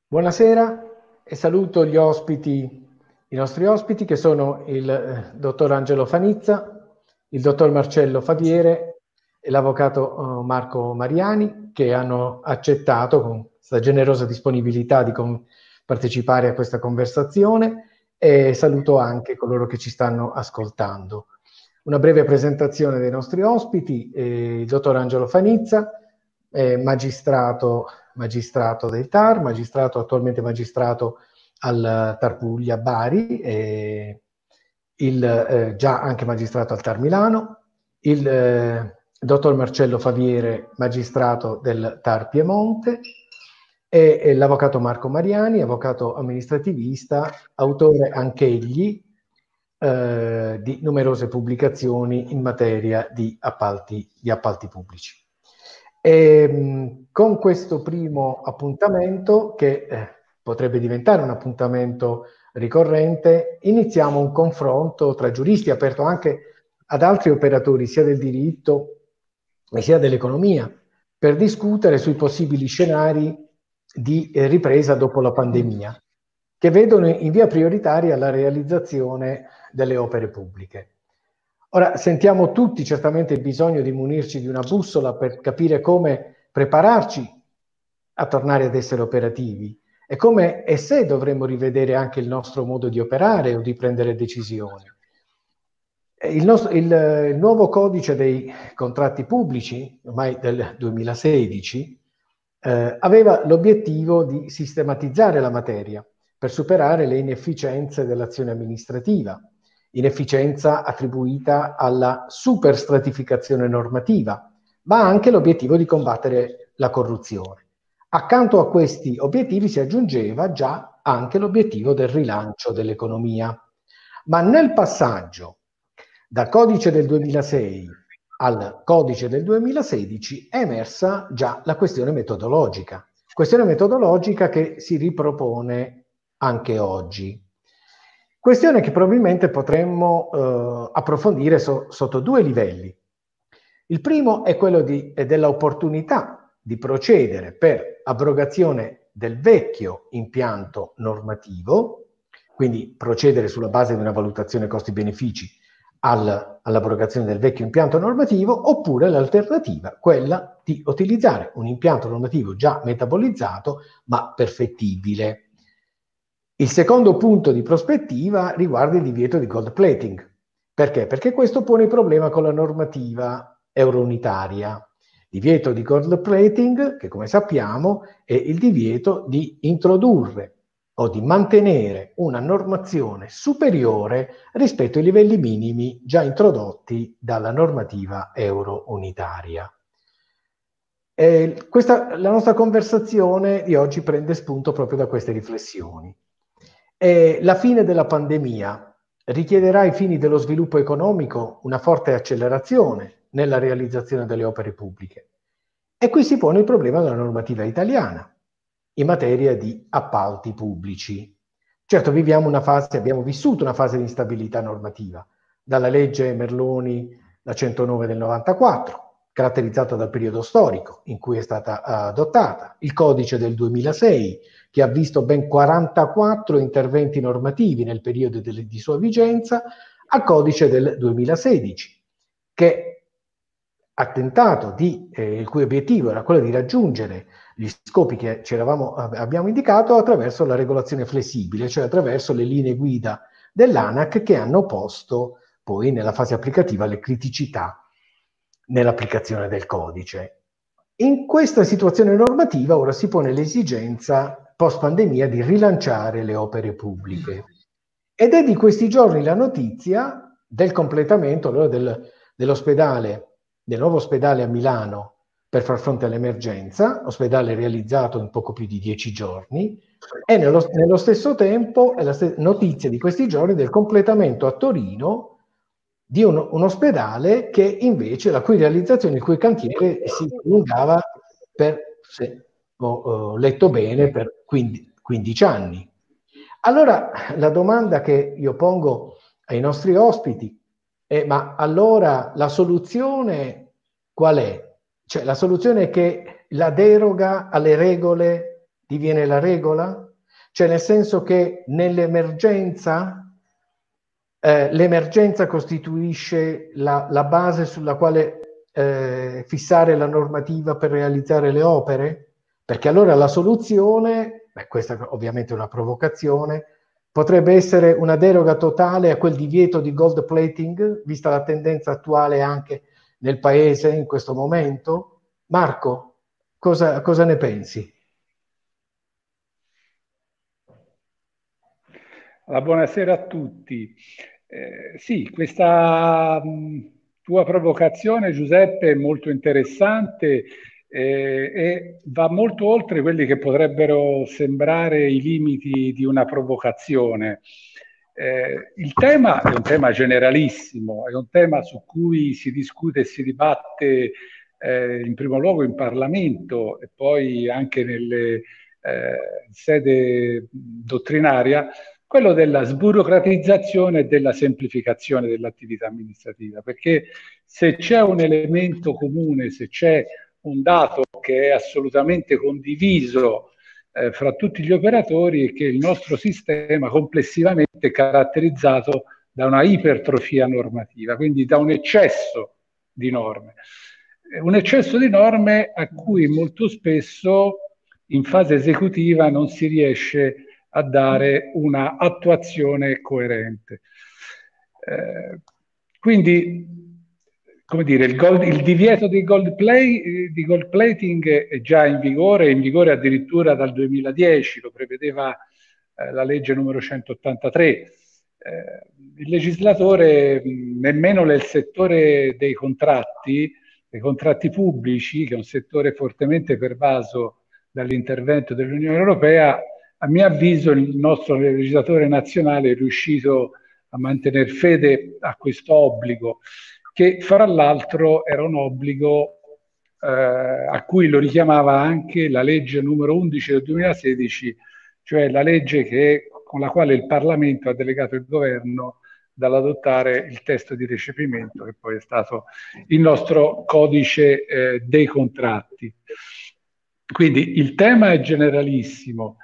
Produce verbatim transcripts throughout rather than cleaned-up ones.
Buonasera e saluto gli ospiti, i nostri ospiti che sono il eh, dottor Angelo Fanizza, il dottor Marcello Faviere e l'avvocato eh, Marco Mariani, che hanno accettato con questa generosa disponibilità di con- partecipare a questa conversazione, e saluto anche coloro che ci stanno ascoltando. Una breve presentazione dei nostri ospiti: eh, il dottor Angelo Fanizza, eh, magistrato magistrato del T A R, magistrato, attualmente magistrato al T A R Puglia Bari, e il, eh, già anche magistrato al T A R Milano, il eh, dottor Marcello Faviere, magistrato del T A R Piemonte, e, e l'avvocato Marco Mariani, avvocato amministrativista, autore anch'egli eh, di numerose pubblicazioni in materia di appalti, di appalti pubblici. E, con questo primo appuntamento, che eh, potrebbe diventare un appuntamento ricorrente, iniziamo un confronto tra giuristi aperto anche ad altri operatori sia del diritto e sia dell'economia, per discutere sui possibili scenari di eh, ripresa dopo la pandemia, che vedono in via prioritaria la realizzazione delle opere pubbliche. Ora, sentiamo tutti certamente il bisogno di munirci di una bussola per capire come prepararci a tornare ad essere operativi e come e se dovremmo rivedere anche il nostro modo di operare o di prendere decisioni. Il, nostro, il, il nuovo codice dei contratti pubblici, ormai del duemilasedici, eh, aveva l'obiettivo di sistematizzare la materia per superare le inefficienze dell'azione amministrativa, inefficienza attribuita alla superstratificazione normativa, ma anche l'obiettivo di combattere la corruzione. Accanto a questi obiettivi si aggiungeva già anche l'obiettivo del rilancio dell'economia. Ma nel passaggio dal codice del duemilasei al codice del duemilasedici è emersa già la questione metodologica, questione metodologica che si ripropone anche oggi. Questione che probabilmente potremmo eh, approfondire so, sotto due livelli. Il primo è quello di, è dell'opportunità di procedere per abrogazione del vecchio impianto normativo, quindi procedere sulla base di una valutazione costi-benefici al, all'abrogazione del vecchio impianto normativo, oppure l'alternativa, quella di utilizzare un impianto normativo già metabolizzato ma perfettibile. Il secondo punto di prospettiva riguarda il divieto di gold plating. Perché? Perché questo pone il problema con la normativa eurounitaria. Divieto di gold plating, che come sappiamo è il divieto di introdurre o di mantenere una normazione superiore rispetto ai livelli minimi già introdotti dalla normativa eurounitaria. Eh, questa, la nostra conversazione di oggi prende spunto proprio da queste riflessioni. Eh, la fine della pandemia richiederà ai fini dello sviluppo economico una forte accelerazione nella realizzazione delle opere pubbliche. E qui si pone il problema della normativa italiana in materia di appalti pubblici. Certo, viviamo una fase, abbiamo vissuto una fase di instabilità normativa, dalla legge Merloni, la centonove del novantaquattro, caratterizzata dal periodo storico in cui è stata adottata, il codice del duemilasei, che ha visto ben quarantaquattro interventi normativi nel periodo delle, di sua vigenza, al codice del duemilasedici, che ha tentato di, eh, il cui obiettivo era quello di raggiungere gli scopi che ci eravamo, abbiamo indicato attraverso la regolazione flessibile, cioè attraverso le linee guida dell'ANAC che hanno posto poi nella fase applicativa le criticità nell'applicazione del codice. In questa situazione normativa ora si pone l'esigenza post pandemia di rilanciare le opere pubbliche ed è di questi giorni la notizia del completamento allora, del, dell'ospedale del nuovo ospedale a Milano per far fronte all'emergenza, ospedale realizzato in poco più di dieci giorni, e nello, nello stesso tempo è la st- notizia di questi giorni del completamento a Torino di un, un ospedale che invece, la cui realizzazione, il cui cantiere si allungava per, se ho, ho letto bene, per quindici anni. Allora, la domanda che io pongo ai nostri ospiti è: ma allora la soluzione qual è? Cioè, la soluzione è che la deroga alle regole diviene la regola? Cioè nel senso che nell'emergenza eh, l'emergenza costituisce la, la base sulla quale eh, fissare la normativa per realizzare le opere? Perché allora la soluzione, beh, questa ovviamente è una provocazione, potrebbe essere una deroga totale a quel divieto di gold plating, vista la tendenza attuale anche nel paese in questo momento. Marco, cosa, cosa ne pensi? Allora, buonasera a tutti. Eh, sì, questa mh, tua provocazione, Giuseppe, è molto interessante eh, e va molto oltre quelli che potrebbero sembrare i limiti di una provocazione. Eh, il tema è un tema generalissimo, è un tema su cui si discute e si dibatte eh, in primo luogo in Parlamento e poi anche nelle eh, sede dottrinaria, quello della sburocratizzazione e della semplificazione dell'attività amministrativa, perché se c'è un elemento comune, se c'è un dato che è assolutamente condiviso eh, fra tutti gli operatori, è che il nostro sistema complessivamente è caratterizzato da una ipertrofia normativa, quindi da un eccesso di norme. Un eccesso di norme a cui molto spesso in fase esecutiva non si riesce a dare una attuazione coerente. Eh, quindi, come dire, il, gold, il divieto di gold, play, di gold plating è già in vigore, è in vigore addirittura dal duemiladieci, lo prevedeva eh, la legge numero centottantatré. Eh, il legislatore, mh, nemmeno nel settore dei contratti, dei contratti pubblici, che è un settore fortemente pervaso dall'intervento dell'Unione Europea, a mio avviso il nostro legislatore nazionale è riuscito a mantenere fede a questo obbligo, che fra l'altro era un obbligo eh, a cui lo richiamava anche la legge numero undici del duemilasedici, cioè la legge che, con la quale il Parlamento ha delegato il governo dall'adottare il testo di recepimento, che poi è stato il nostro codice eh, dei contratti. Quindi il tema è generalissimo.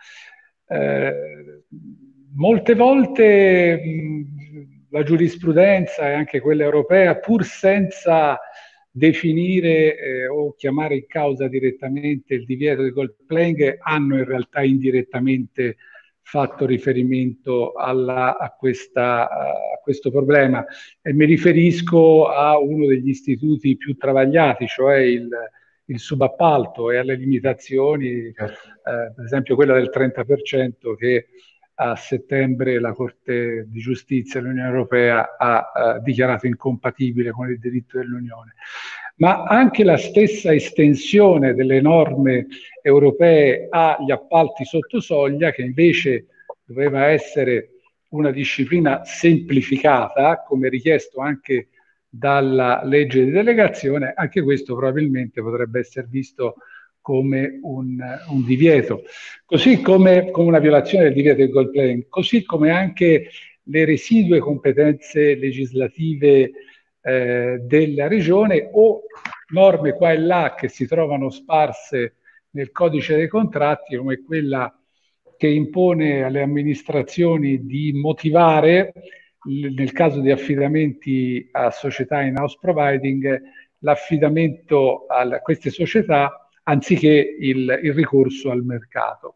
Eh, molte volte mh, la giurisprudenza e anche quella europea, pur senza definire eh, o chiamare in causa direttamente il divieto di gold playing, hanno in realtà indirettamente fatto riferimento alla, a, questa, a questo problema. E mi riferisco a uno degli istituti più travagliati, cioè il il subappalto, e alle limitazioni, Certo. eh, per esempio quella del trenta per cento che a settembre la Corte di Giustizia dell'Unione Europea ha eh, dichiarato incompatibile con il diritto dell'Unione. Ma anche la stessa estensione delle norme europee agli appalti sotto soglia, che invece doveva essere una disciplina semplificata, come richiesto anche dalla legge di delegazione, anche questo probabilmente potrebbe essere visto come un, un divieto, così come, come una violazione del divieto del gold playing, così come anche le residue competenze legislative eh, della regione o norme qua e là che si trovano sparse nel codice dei contratti, come quella che impone alle amministrazioni di motivare, nel caso di affidamenti a società in house providing, l'affidamento a queste società anziché il, il ricorso al mercato.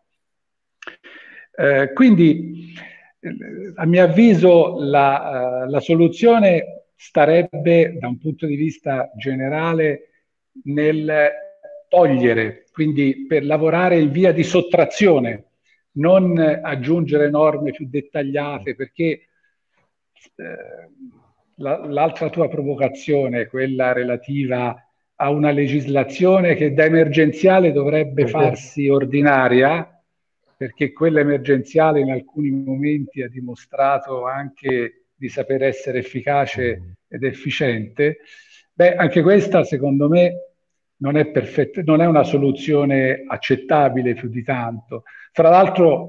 Eh, quindi, a mio avviso, la, uh, la soluzione starebbe, da un punto di vista generale, nel togliere, quindi per lavorare in via di sottrazione, non aggiungere norme più dettagliate, perché eh, la, l'altra tua provocazione, quella relativa a una legislazione che da emergenziale dovrebbe farsi ordinaria, perché quella emergenziale in alcuni momenti ha dimostrato anche di saper essere efficace ed efficiente, beh, anche questa secondo me non è perfetta, non è una soluzione accettabile più di tanto. Fra l'altro,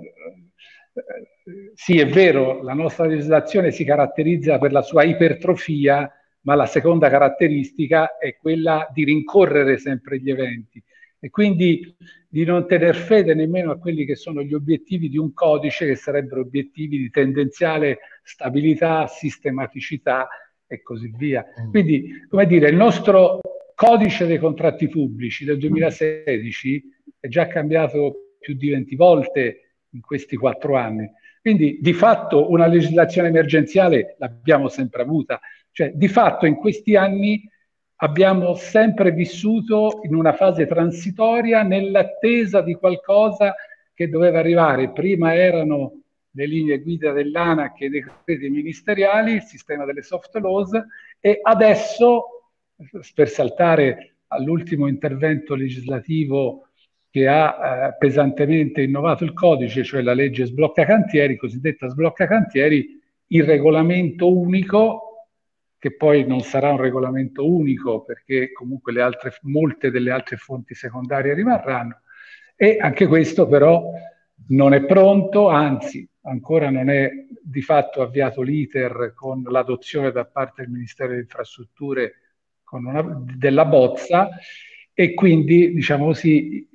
eh, sì, è vero, la nostra legislazione si caratterizza per la sua ipertrofia, ma la seconda caratteristica è quella di rincorrere sempre gli eventi. e quindi di non tener fede nemmeno a quelli che sono gli obiettivi di un codice, che sarebbero obiettivi di tendenziale stabilità, sistematicità e così via. Quindi, come dire, il nostro codice dei contratti pubblici del duemilasedici è già cambiato più di venti volte in questi quattro anni. Quindi, di fatto, una legislazione emergenziale l'abbiamo sempre avuta. Cioè, di fatto, in questi anni abbiamo sempre vissuto in una fase transitoria nell'attesa di qualcosa che doveva arrivare. Prima erano le linee guida dell'ANAC e i decreti ministeriali, il sistema delle soft laws, e adesso, per saltare all'ultimo intervento legislativo che ha eh, pesantemente innovato il codice, cioè la legge sblocca cantieri, cosiddetta sblocca cantieri, il regolamento unico, che poi non sarà un regolamento unico perché comunque le altre, molte delle altre fonti secondarie rimarranno, e anche questo però non è pronto, anzi ancora non è di fatto avviato l'iter con l'adozione da parte del Ministero delle Infrastrutture con una, della bozza, e quindi diciamo così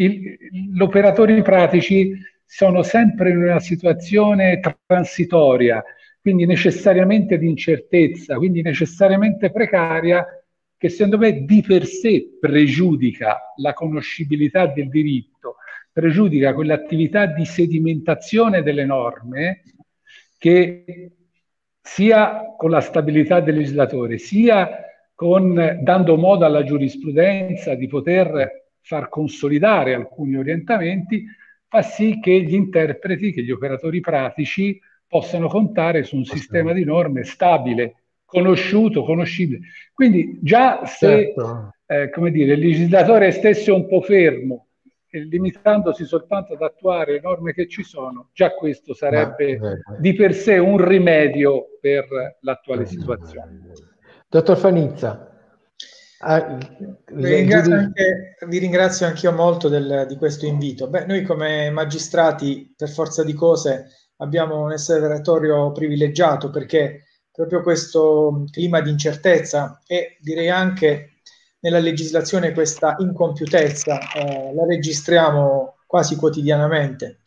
gli operatori pratici sono sempre in una situazione transitoria, quindi necessariamente di incertezza, quindi necessariamente precaria, che secondo me di per sé pregiudica la conoscibilità del diritto, pregiudica quell'attività di sedimentazione delle norme che sia con la stabilità del legislatore, sia con, dando modo alla giurisprudenza di poter far consolidare alcuni orientamenti, fa sì che gli interpreti, che gli operatori pratici possano contare su un sistema di norme stabile, conosciuto, conoscibile. Quindi già se certo. eh, come dire, il legislatore stesse un po' fermo, e limitandosi soltanto ad attuare le norme che ci sono, già questo sarebbe Ma, di per sé un rimedio per l'attuale situazione. Dottor Fanizza. Ah, vi, ringrazio anche, vi ringrazio anch'io molto del, di questo invito. Beh, noi come magistrati, per forza di cose, abbiamo un osservatorio privilegiato, perché proprio questo clima di incertezza e direi anche nella legislazione questa incompiutezza eh, la registriamo quasi quotidianamente.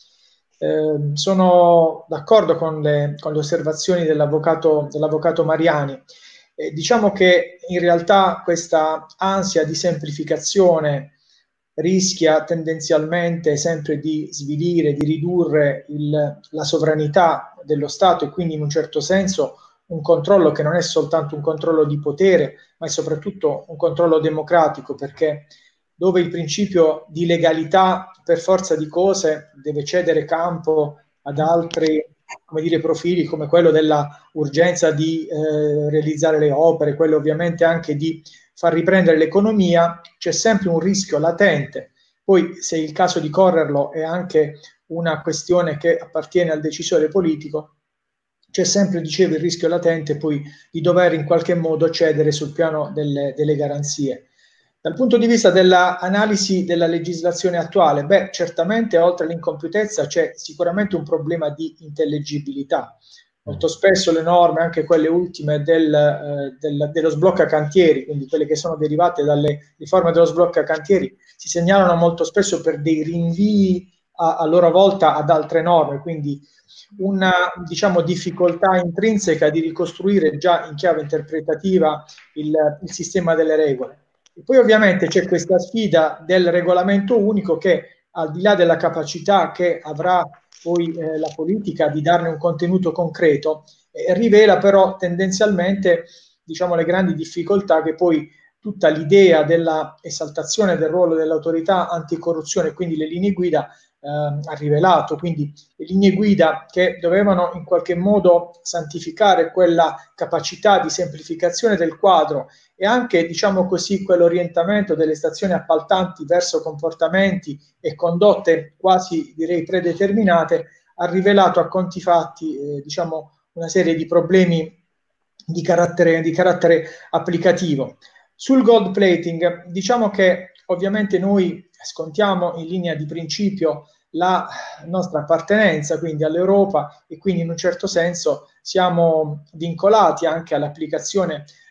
Eh, sono d'accordo con le, con le osservazioni dell'avvocato, dell'avvocato Mariani. Eh, diciamo che in realtà questa ansia di semplificazione rischia tendenzialmente sempre di svilire, di ridurre il, la sovranità dello Stato, e quindi in un certo senso un controllo che non è soltanto un controllo di potere, ma è soprattutto un controllo democratico, perché dove il principio di legalità per forza di cose deve cedere campo ad altri, come dire, profili, come quello della urgenza di eh, realizzare le opere, quello ovviamente anche di far riprendere l'economia, c'è sempre un rischio latente. Poi, se il caso di correrlo è anche una questione che appartiene al decisore politico, c'è sempre, dicevo, il rischio latente poi di dover in qualche modo cedere sul piano delle, delle garanzie. Dal punto di vista dell'analisi della legislazione attuale, beh, certamente oltre all'incompiutezza c'è sicuramente un problema di intellegibilità. Molto spesso le norme, anche quelle ultime del, eh, del, dello sblocca cantieri, quindi quelle che sono derivate dalle riforme dello sblocca cantieri, si segnalano molto spesso per dei rinvii a, a loro volta ad altre norme, quindi una, diciamo, difficoltà intrinseca di ricostruire già in chiave interpretativa il, il sistema delle regole. E poi ovviamente c'è questa sfida del regolamento unico che, al di là della capacità che avrà poi eh, la politica di darne un contenuto concreto, eh, rivela però tendenzialmente, diciamo, le grandi difficoltà che poi tutta l'idea della esaltazione del ruolo dell'autorità anticorruzione, quindi le linee guida, eh, ha rivelato. Quindi le linee guida che dovevano in qualche modo santificare quella capacità di semplificazione del quadro e anche, diciamo così, quell'orientamento delle stazioni appaltanti verso comportamenti e condotte quasi, direi, predeterminate, ha rivelato a conti fatti, eh, diciamo, una serie di problemi di carattere, di carattere applicativo. Sul gold plating, diciamo che ovviamente noi scontiamo in linea di principio la nostra appartenenza quindi all'Europa, e quindi in un certo senso siamo vincolati anche all'applicazione di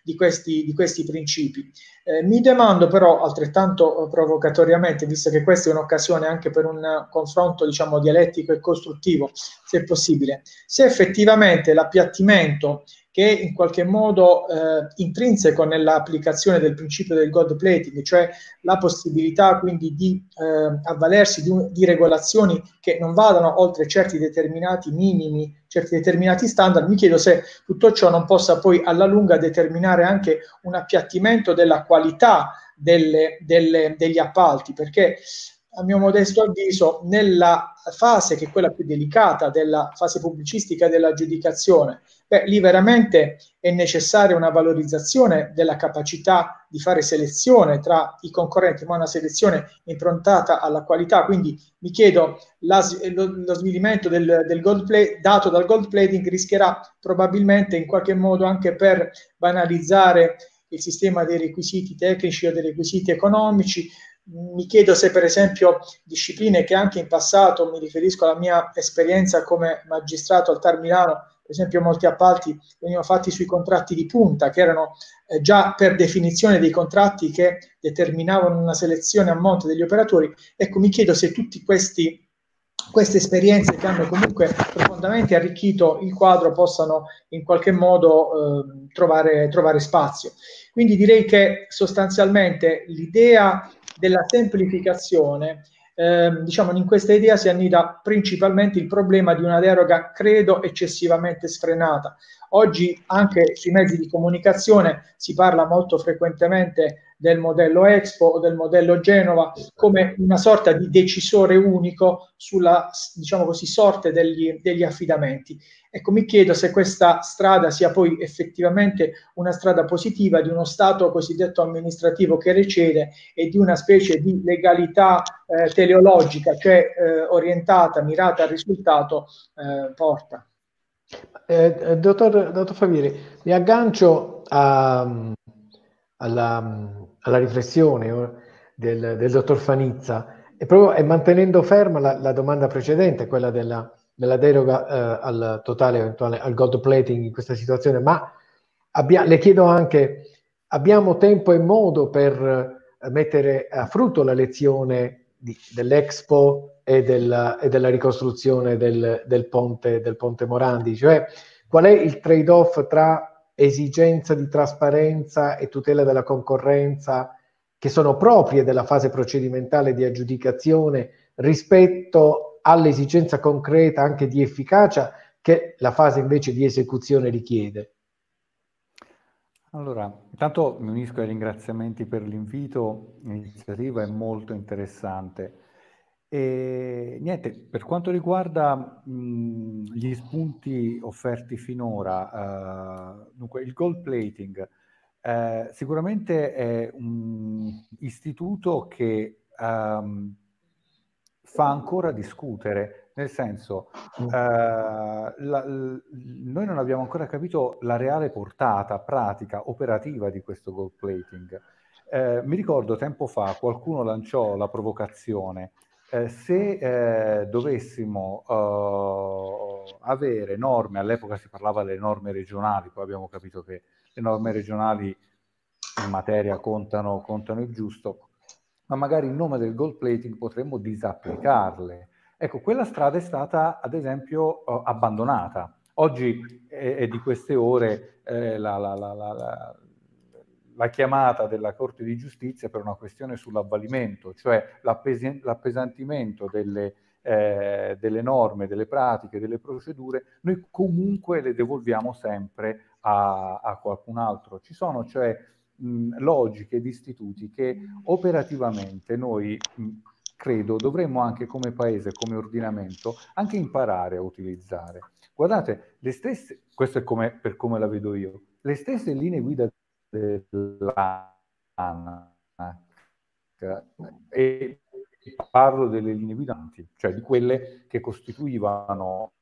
di questi, di questi principi. Eh, mi domando però altrettanto provocatoriamente, visto che questa è un'occasione anche per un confronto, diciamo, dialettico e costruttivo, se è possibile, se effettivamente l'appiattimento che è in qualche modo eh, intrinseco nell'applicazione del principio del gold plating, cioè la possibilità quindi di eh, avvalersi di, un, di regolazioni che non vadano oltre certi determinati minimi, certi determinati standard, mi chiedo se tutto ciò non possa poi alla lunga determinare anche un appiattimento della qualità delle, delle, degli appalti, perché a mio modesto avviso nella fase che è quella più delicata della fase pubblicistica dell'aggiudicazione, beh, lì veramente è necessaria una valorizzazione della capacità di fare selezione tra i concorrenti, ma una selezione improntata alla qualità. Quindi mi chiedo, la, lo, lo svilimento del, del gold play, dato dal gold plating rischierà probabilmente in qualche modo anche per banalizzare il sistema dei requisiti tecnici o dei requisiti economici. Mi chiedo se per esempio discipline che anche in passato, mi riferisco alla mia esperienza come magistrato al Tar Milano, per esempio molti appalti venivano fatti sui contratti di punta, che erano eh, già per definizione dei contratti che determinavano una selezione a monte degli operatori. Ecco, mi chiedo se tutti questi queste esperienze che hanno comunque profondamente arricchito il quadro possano in qualche modo eh, trovare, trovare spazio. Quindi direi che sostanzialmente l'idea della semplificazione, eh, diciamo, in questa idea si annida principalmente il problema di una deroga, credo, eccessivamente sfrenata. Oggi anche sui mezzi di comunicazione si parla molto frequentemente del modello Expo o del modello Genova come una sorta di decisore unico sulla, diciamo così, sorte degli, degli affidamenti. Ecco, mi chiedo se questa strada sia poi effettivamente una strada positiva di uno Stato cosiddetto amministrativo che recede e di una specie di legalità eh, teleologica, cioè eh, orientata, mirata al risultato, eh, porta. Eh, dottor, dottor Favieri, mi aggancio a, alla, alla riflessione del, del dottor Fanizza e, proprio, e mantenendo ferma la, la domanda precedente, quella della, della deroga eh, al totale eventuale al gold plating in questa situazione, ma abbia, le chiedo anche, abbiamo tempo e modo per mettere a frutto la lezione di, dell'Expo e della, e della ricostruzione del, del, ponte, del ponte Morandi, cioè qual è il trade-off tra esigenza di trasparenza e tutela della concorrenza che sono proprie della fase procedimentale di aggiudicazione rispetto all'esigenza concreta anche di efficacia che la fase invece di esecuzione richiede? Allora, intanto mi unisco ai ringraziamenti per l'invito, l'iniziativa è molto interessante. E niente, per quanto riguarda mh, gli spunti offerti finora, uh, dunque il gold plating eh, sicuramente è un istituto che um, fa ancora discutere, nel senso uh, la, l, noi non abbiamo ancora capito la reale portata pratica, operativa di questo gold plating. Eh, mi ricordo tempo fa qualcuno lanciò la provocazione: Eh, se eh, dovessimo uh, avere norme, all'epoca si parlava delle norme regionali, poi abbiamo capito che le norme regionali in materia contano, contano il giusto, ma magari in nome del gold plating potremmo disapplicarle. Ecco, quella strada è stata, ad esempio, uh, abbandonata. Oggi è, è di queste ore eh, la, la, la, la la chiamata della Corte di Giustizia per una questione sull'avvalimento, cioè l'appesantimento delle, eh, delle norme, delle pratiche, delle procedure, noi comunque le devolviamo sempre a, a qualcun altro. Ci sono cioè mh, logiche di istituti che operativamente noi mh, credo dovremmo anche come paese, come ordinamento, anche imparare a utilizzare. Guardate, le stesse, questo è come, per come la vedo io, le stesse linee guida dell'A N A C, e parlo delle linee guidanti, cioè di quelle che costituivano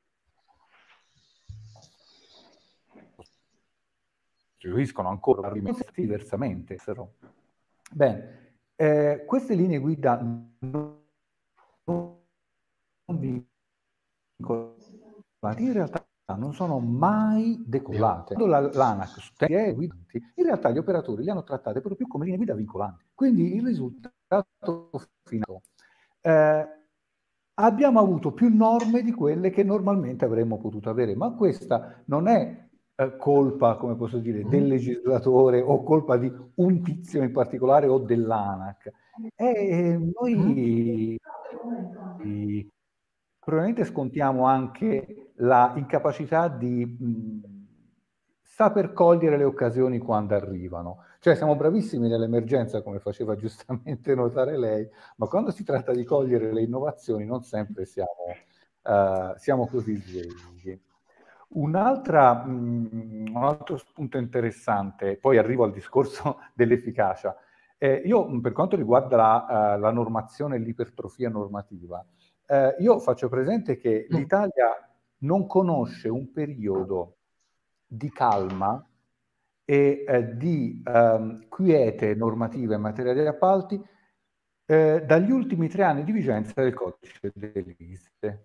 costituiscono ancora diversamente. Bene, eh, queste linee guida non vincolanti in realtà non sono mai decollate. Quando la, l'ANAC è guidanti, in realtà gli operatori li hanno trattate proprio come linee guida vincolanti. Quindi il risultato finale. Eh, abbiamo avuto più norme di quelle che normalmente avremmo potuto avere, ma questa non è eh, colpa, come posso dire, del legislatore o colpa di un tizio in particolare o dell'ANAC. E noi i, probabilmente scontiamo anche la incapacità di mh, saper cogliere le occasioni quando arrivano. Cioè siamo bravissimi nell'emergenza, come faceva giustamente notare lei, ma quando si tratta di cogliere le innovazioni non sempre siamo, uh, siamo così svegli. Un'altra, mh, un altro spunto interessante, poi arrivo al discorso dell'efficacia. Eh, io, per quanto riguarda la, uh, la normazione e l'ipertrofia normativa, eh, io faccio presente che l'Italia non conosce un periodo di calma e eh, di um, quiete normativa in materia di appalti eh, dagli ultimi tre anni di vigenza del codice dell'I S E.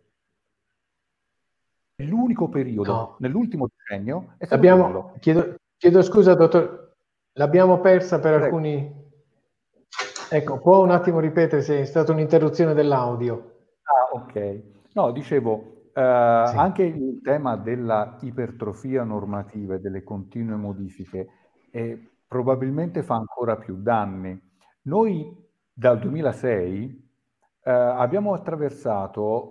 L'unico periodo, no. Nell'ultimo decennio, è stato Abbiamo, quello. Chiedo, chiedo scusa, dottor, l'abbiamo persa per Prego. alcuni... Ecco, può un attimo ripetere se è stata un'interruzione dell'audio? Ah, ok. No, dicevo, eh, sì. Anche il tema della ipertrofia normativa e delle continue modifiche eh, probabilmente fa ancora più danni. Noi dal duemilasei eh, abbiamo attraversato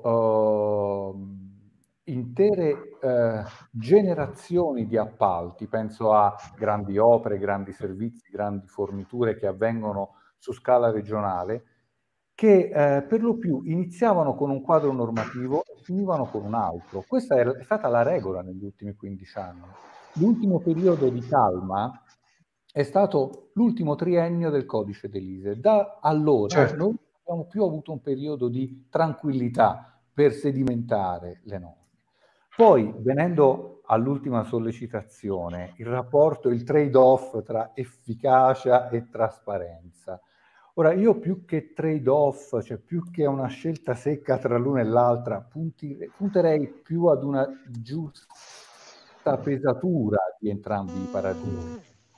eh, intere eh, generazioni di appalti, penso a grandi opere, grandi servizi, grandi forniture che avvengono su scala regionale, che eh, per lo più iniziavano con un quadro normativo e finivano con un altro. Questa è, è stata la regola negli ultimi quindici anni. L'ultimo periodo di calma è stato l'ultimo triennio del codice dell'I S E. Da allora certo. Noi non abbiamo più avuto un periodo di tranquillità per sedimentare le norme. Poi, venendo all'ultima sollecitazione, il rapporto, il trade-off tra efficacia e trasparenza. Ora, io più che trade-off, cioè più che una scelta secca tra l'una e l'altra, punti, punterei più ad una giusta pesatura di entrambi i paradigmi.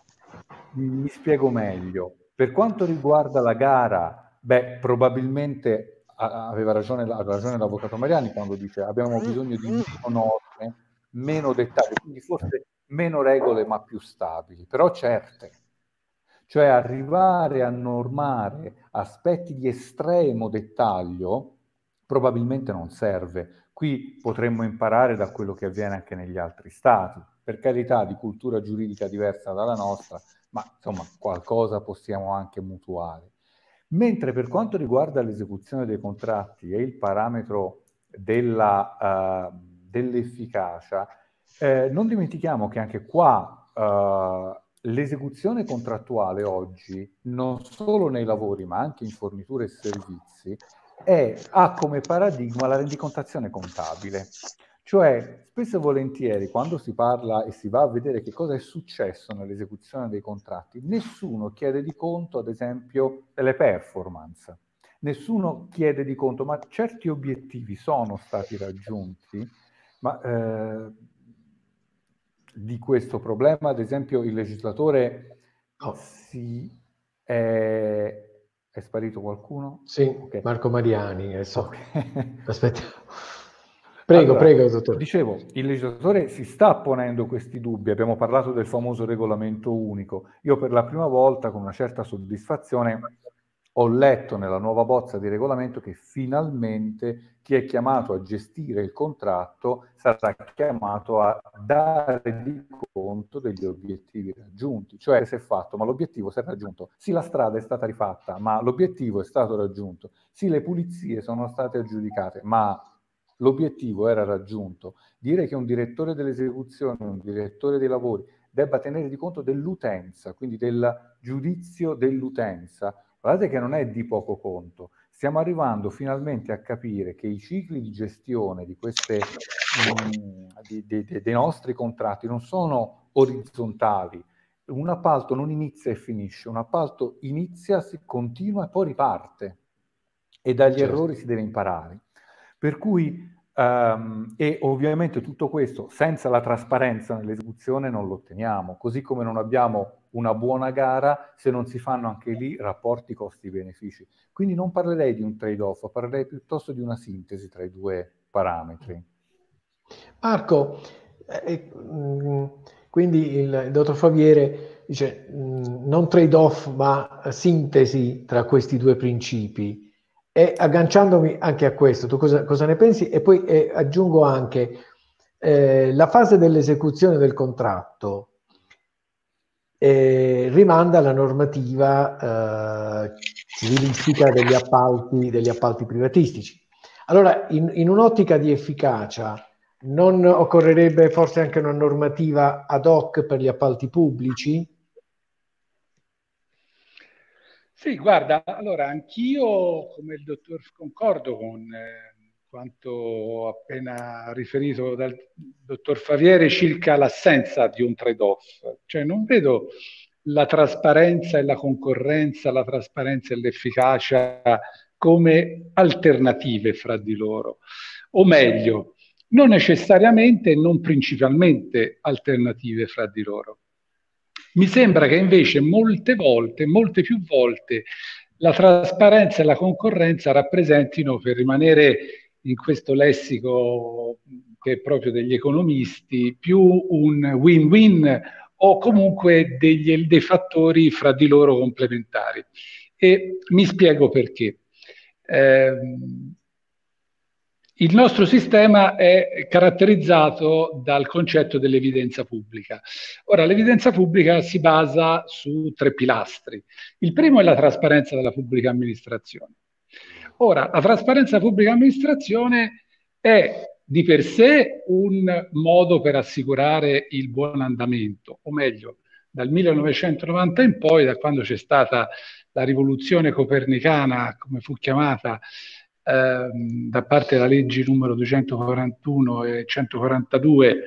Mi spiego meglio. Per quanto riguarda la gara, beh, probabilmente aveva ragione, aveva ragione l'avvocato Mariani quando dice abbiamo bisogno di meno norme, meno dettagli, quindi forse meno regole ma più stabili, però certe. Cioè arrivare a normare aspetti di estremo dettaglio probabilmente non serve. Qui potremmo imparare da quello che avviene anche negli altri stati. Per carità, di cultura giuridica diversa dalla nostra, ma insomma qualcosa possiamo anche mutuare. Mentre per quanto riguarda l'esecuzione dei contratti e il parametro della, uh, dell'efficacia, eh, non dimentichiamo che anche qua uh, l'esecuzione contrattuale oggi, non solo nei lavori ma anche in forniture e servizi, è, ha come paradigma la rendicontazione contabile. Cioè, spesso e volentieri, quando si parla e si va a vedere che cosa è successo nell'esecuzione dei contratti, nessuno chiede di conto, ad esempio, delle performance. Nessuno chiede di conto, ma certi obiettivi sono stati raggiunti, ma eh, di questo problema, ad esempio, il legislatore oh. si è... È sparito qualcuno? Sì, okay. Marco Mariani. Adesso. Okay. Aspetta. Prego, allora, prego, dottore. Dicevo, il legislatore si sta ponendo questi dubbi, abbiamo parlato del famoso regolamento unico. Io per la prima volta, con una certa soddisfazione, ho letto nella nuova bozza di regolamento che finalmente chi è chiamato a gestire il contratto sarà chiamato a dare di conto degli obiettivi raggiunti. Cioè, se è fatto, ma l'obiettivo si è raggiunto. Sì, la strada è stata rifatta, ma l'obiettivo è stato raggiunto. Sì, le pulizie sono state aggiudicate, ma l'obiettivo era raggiunto. Dire che un direttore dell'esecuzione, un direttore dei lavori debba tenere di conto dell'utenza, quindi del giudizio dell'utenza, guardate che non è di poco conto. Stiamo arrivando finalmente a capire che i cicli di gestione di queste, mh, di, di, di, dei nostri contratti non sono orizzontali. Un appalto non inizia e finisce, un appalto inizia, si continua e poi riparte. E dagli certo. errori si deve imparare. Per cui Um, e ovviamente tutto questo senza la trasparenza nell'esecuzione non lo otteniamo, così come non abbiamo una buona gara se non si fanno anche lì rapporti costi-benefici. Quindi non parlerei di un trade-off, parlerei piuttosto di una sintesi tra i due parametri. Marco, eh, quindi il, il dottor Faviere dice mh, non trade-off ma sintesi tra questi due principi. E agganciandomi anche a questo, tu cosa, cosa ne pensi? E poi eh, aggiungo anche eh, la fase dell'esecuzione del contratto eh, rimanda alla normativa eh, civilistica degli appalti, degli appalti privatistici. Allora, in, in un'ottica di efficacia, non occorrerebbe forse anche una normativa ad hoc per gli appalti pubblici? Sì, guarda, allora anch'io come il dottor concordo con eh, quanto appena riferito dal dottor Faviere circa l'assenza di un trade-off, cioè non vedo la trasparenza e la concorrenza, la trasparenza e l'efficacia come alternative fra di loro, o meglio, non necessariamente e non principalmente alternative fra di loro. Mi sembra che invece molte volte, molte più volte, la trasparenza e la concorrenza rappresentino, per rimanere in questo lessico che è proprio degli economisti, più un win-win o comunque degli, dei fattori fra di loro complementari. E mi spiego perché. Eh, Il nostro sistema è caratterizzato dal concetto dell'evidenza pubblica. Ora, l'evidenza pubblica si basa su tre pilastri. Il primo è la trasparenza della pubblica amministrazione. Ora, la trasparenza della pubblica amministrazione è di per sé un modo per assicurare il buon andamento, o meglio, dal millenovecentonovanta in poi, da quando c'è stata la rivoluzione copernicana, come fu chiamata, Ehm, da parte della legge numero duecentoquarantuno e centoquarantadue,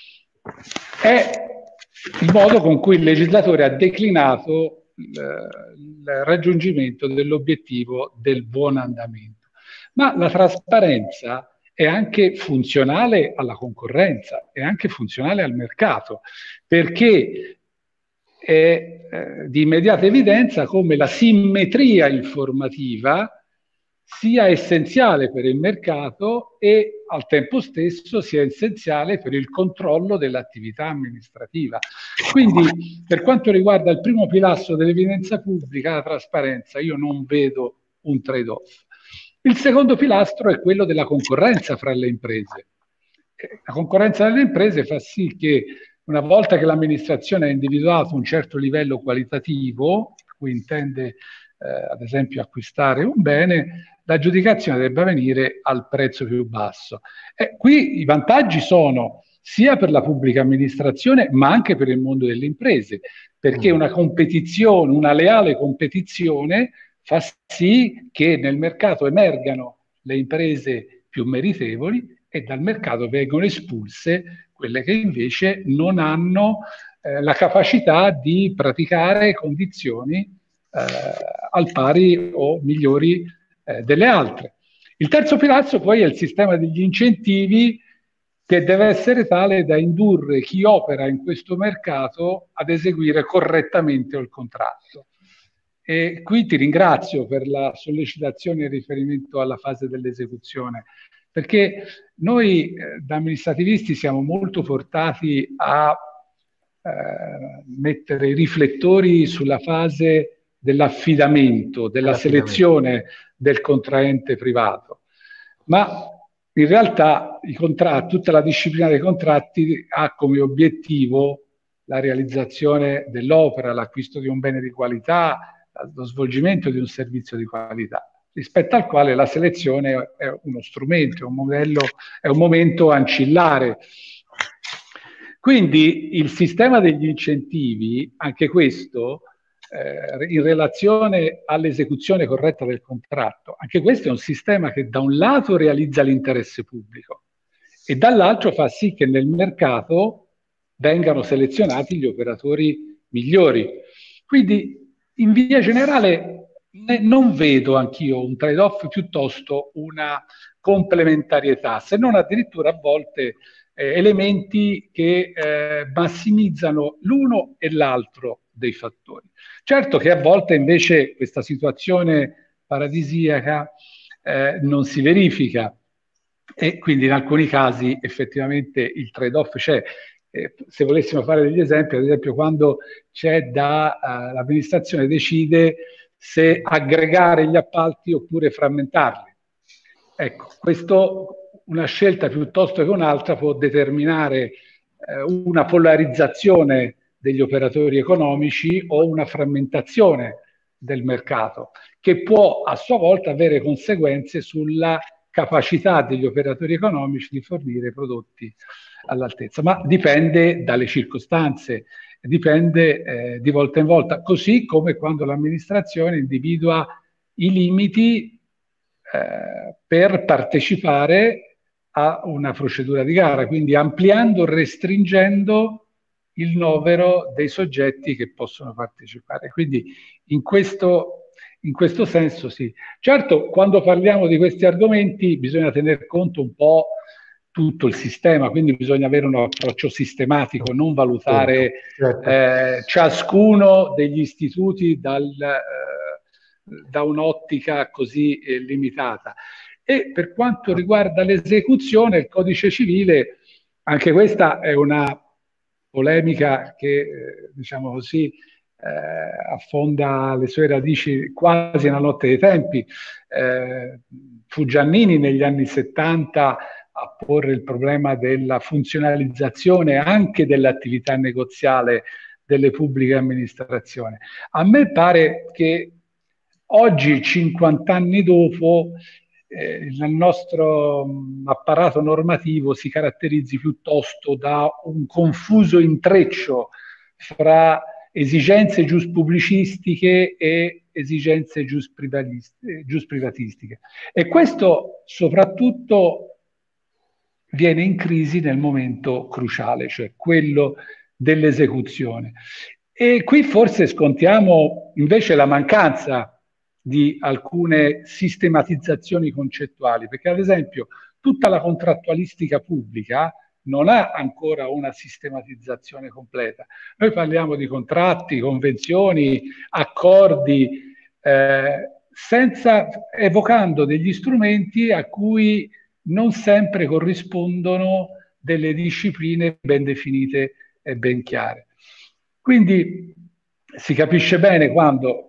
è il modo con cui il legislatore ha declinato il, il raggiungimento dell'obiettivo del buon andamento. Ma la trasparenza è anche funzionale alla concorrenza, è anche funzionale al mercato, perché è eh, di immediata evidenza come la simmetria informativa sia essenziale per il mercato e al tempo stesso sia essenziale per il controllo dell'attività amministrativa. Quindi, per quanto riguarda il primo pilastro dell'evidenza pubblica, la trasparenza, io non vedo un trade-off. Il secondo pilastro è quello della concorrenza fra le imprese. La concorrenza delle imprese fa sì che una volta che l'amministrazione ha individuato un certo livello qualitativo, cui intende eh, ad esempio acquistare un bene, l'aggiudicazione debba venire al prezzo più basso. E qui i vantaggi sono sia per la pubblica amministrazione, ma anche per il mondo delle imprese, perché una competizione, una leale competizione fa sì che nel mercato emergano le imprese più meritevoli e dal mercato vengono espulse quelle che invece non hanno eh, la capacità di praticare condizioni eh, al pari o migliori eh, delle altre. Il terzo pilastro poi è il sistema degli incentivi, che deve essere tale da indurre chi opera in questo mercato ad eseguire correttamente il contratto. E qui ti ringrazio per la sollecitazione in riferimento alla fase dell'esecuzione, perché noi eh, da amministrativisti siamo molto portati a eh, mettere i riflettori sulla fase dell'affidamento, della selezione del contraente privato. Ma in realtà i contratti, tutta la disciplina dei contratti ha come obiettivo la realizzazione dell'opera, l'acquisto di un bene di qualità, lo svolgimento di un servizio di qualità, rispetto al quale la selezione è uno strumento, è un modello, è un momento ancillare. Quindi il sistema degli incentivi, anche questo, eh, in relazione all'esecuzione corretta del contratto, anche questo è un sistema che da un lato realizza l'interesse pubblico e dall'altro fa sì che nel mercato vengano selezionati gli operatori migliori. Quindi in via generale ne, non vedo anch'io un trade-off, piuttosto una complementarietà, se non addirittura a volte eh, elementi che eh, massimizzano l'uno e l'altro dei fattori. Certo che a volte invece questa situazione paradisiaca eh, non si verifica, e quindi in alcuni casi effettivamente il trade-off c'è. Eh, se volessimo fare degli esempi, ad esempio quando c'è da uh, l'amministrazione decide se aggregare gli appalti oppure frammentarli. Ecco, questo, una scelta piuttosto che un'altra può determinare eh, una polarizzazione degli operatori economici o una frammentazione del mercato, che può a sua volta avere conseguenze sulla capacità degli operatori economici di fornire prodotti all'altezza, ma dipende dalle circostanze, dipende eh, di volta in volta, così come quando l'amministrazione individua i limiti eh, per partecipare a una procedura di gara, quindi ampliando o restringendo il novero dei soggetti che possono partecipare. Quindi in questo, in questo senso sì. Certo, quando parliamo di questi argomenti bisogna tener conto un po' tutto il sistema, quindi bisogna avere un approccio sistematico, non valutare certo, certo. Eh, ciascuno degli istituti dal, eh, da un'ottica così eh, limitata. E per quanto riguarda l'esecuzione, il codice civile, anche questa è una polemica che, eh, diciamo così, eh, affonda le sue radici quasi nella notte dei tempi. Eh, fu Giannini negli anni settanta a porre il problema della funzionalizzazione anche dell'attività negoziale delle pubbliche amministrazioni. A me pare che oggi, cinquanta anni dopo, eh, il nostro mh, apparato normativo si caratterizzi piuttosto da un confuso intreccio fra esigenze giuspubblicistiche e esigenze giusprivatistiche. E questo soprattutto viene in crisi nel momento cruciale, cioè quello dell'esecuzione. E qui forse scontiamo invece la mancanza di alcune sistematizzazioni concettuali, perché ad esempio tutta la contrattualistica pubblica non ha ancora una sistematizzazione completa. Noi parliamo di contratti, convenzioni, accordi, eh, senza, evocando degli strumenti a cui non sempre corrispondono delle discipline ben definite e ben chiare. Quindi si capisce bene quando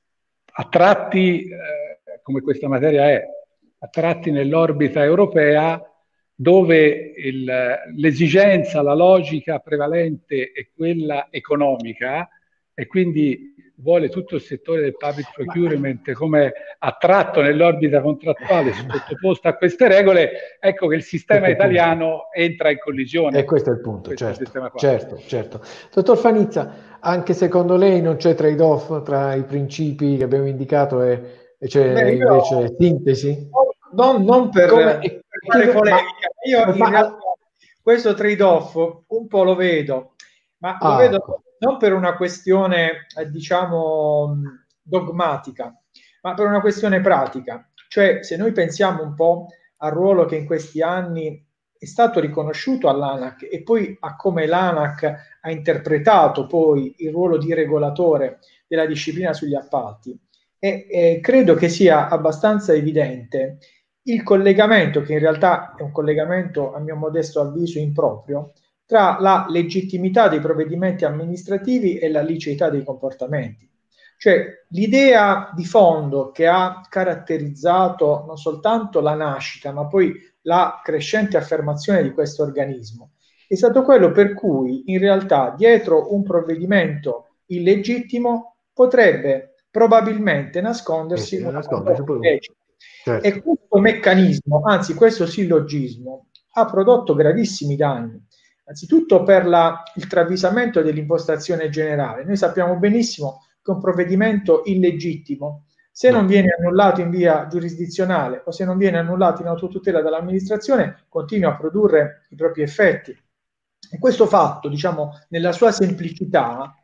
a tratti, eh, come questa materia è, a tratti nell'orbita europea, dove l'esigenza, la logica prevalente è quella economica, e quindi vuole tutto il settore del public procurement come attratto nell'orbita contrattuale sottoposto a queste regole, ecco che il sistema italiano entra in collisione. E questo è il punto, certo, certo, certo. Dottor Fanizza, anche secondo lei non c'è trade-off tra i principi che abbiamo indicato e, e c'è Beh, invece io, sintesi? Non, non per, Come, per fare che, polemica, ma, io ma, in realtà questo trade-off un po' lo vedo, ma ah, lo vedo ecco. non per una questione, eh, diciamo, dogmatica, ma per una questione pratica. Cioè, se noi pensiamo un po' al ruolo che in questi anni è stato riconosciuto all'ANAC e poi a come l'ANAC ha interpretato poi il ruolo di regolatore della disciplina sugli appalti, e, e credo che sia abbastanza evidente il collegamento, che in realtà è un collegamento a mio modesto avviso improprio, tra la legittimità dei provvedimenti amministrativi e la liceità dei comportamenti. Cioè l'idea di fondo che ha caratterizzato non soltanto la nascita, ma poi la crescente affermazione di questo organismo, è stato quello per cui in realtà dietro un provvedimento illegittimo potrebbe probabilmente nascondersi eh, una nascondersi certo. E questo meccanismo, anzi questo sillogismo, ha prodotto gravissimi danni. Anzitutto per la, il travisamento dell'impostazione generale. Noi sappiamo benissimo che un provvedimento illegittimo, se non viene annullato in via giurisdizionale o se non viene annullato in autotutela dall'amministrazione, continua a produrre i propri effetti. E questo fatto, diciamo, nella sua semplicità,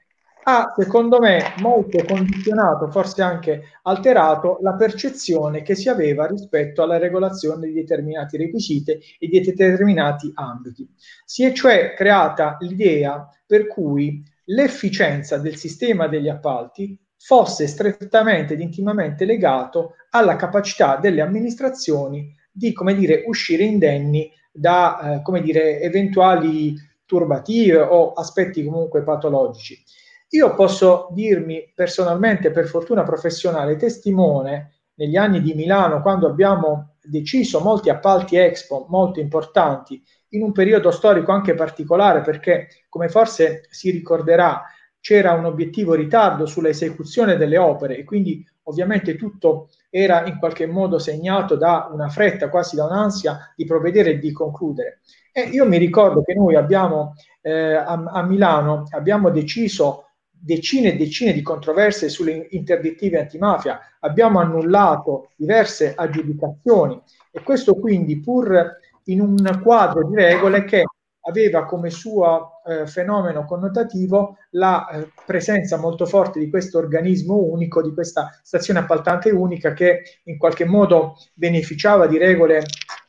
ha, secondo me, molto condizionato, forse anche alterato, la percezione che si aveva rispetto alla regolazione di determinati requisiti e di determinati ambiti. Si è cioè creata l'idea per cui l'efficienza del sistema degli appalti fosse strettamente ed intimamente legato alla capacità delle amministrazioni di, come dire, uscire indenni da, eh, come dire, eventuali turbative o aspetti comunque patologici. Io posso dirmi personalmente, per fortuna professionale, testimone negli anni di Milano, quando abbiamo deciso molti appalti Expo molto importanti, in un periodo storico anche particolare, perché come forse si ricorderà c'era un obiettivo ritardo sulla esecuzione delle opere e quindi ovviamente tutto era in qualche modo segnato da una fretta, quasi da un'ansia di provvedere e di concludere. E io mi ricordo che noi abbiamo eh, a, a Milano abbiamo deciso decine e decine di controversie sulle interdittive antimafia, abbiamo annullato diverse aggiudicazioni e questo quindi pur in un quadro di regole che aveva come suo eh, fenomeno connotativo la eh, presenza molto forte di questo organismo unico, di questa stazione appaltante unica che in qualche modo beneficiava di regole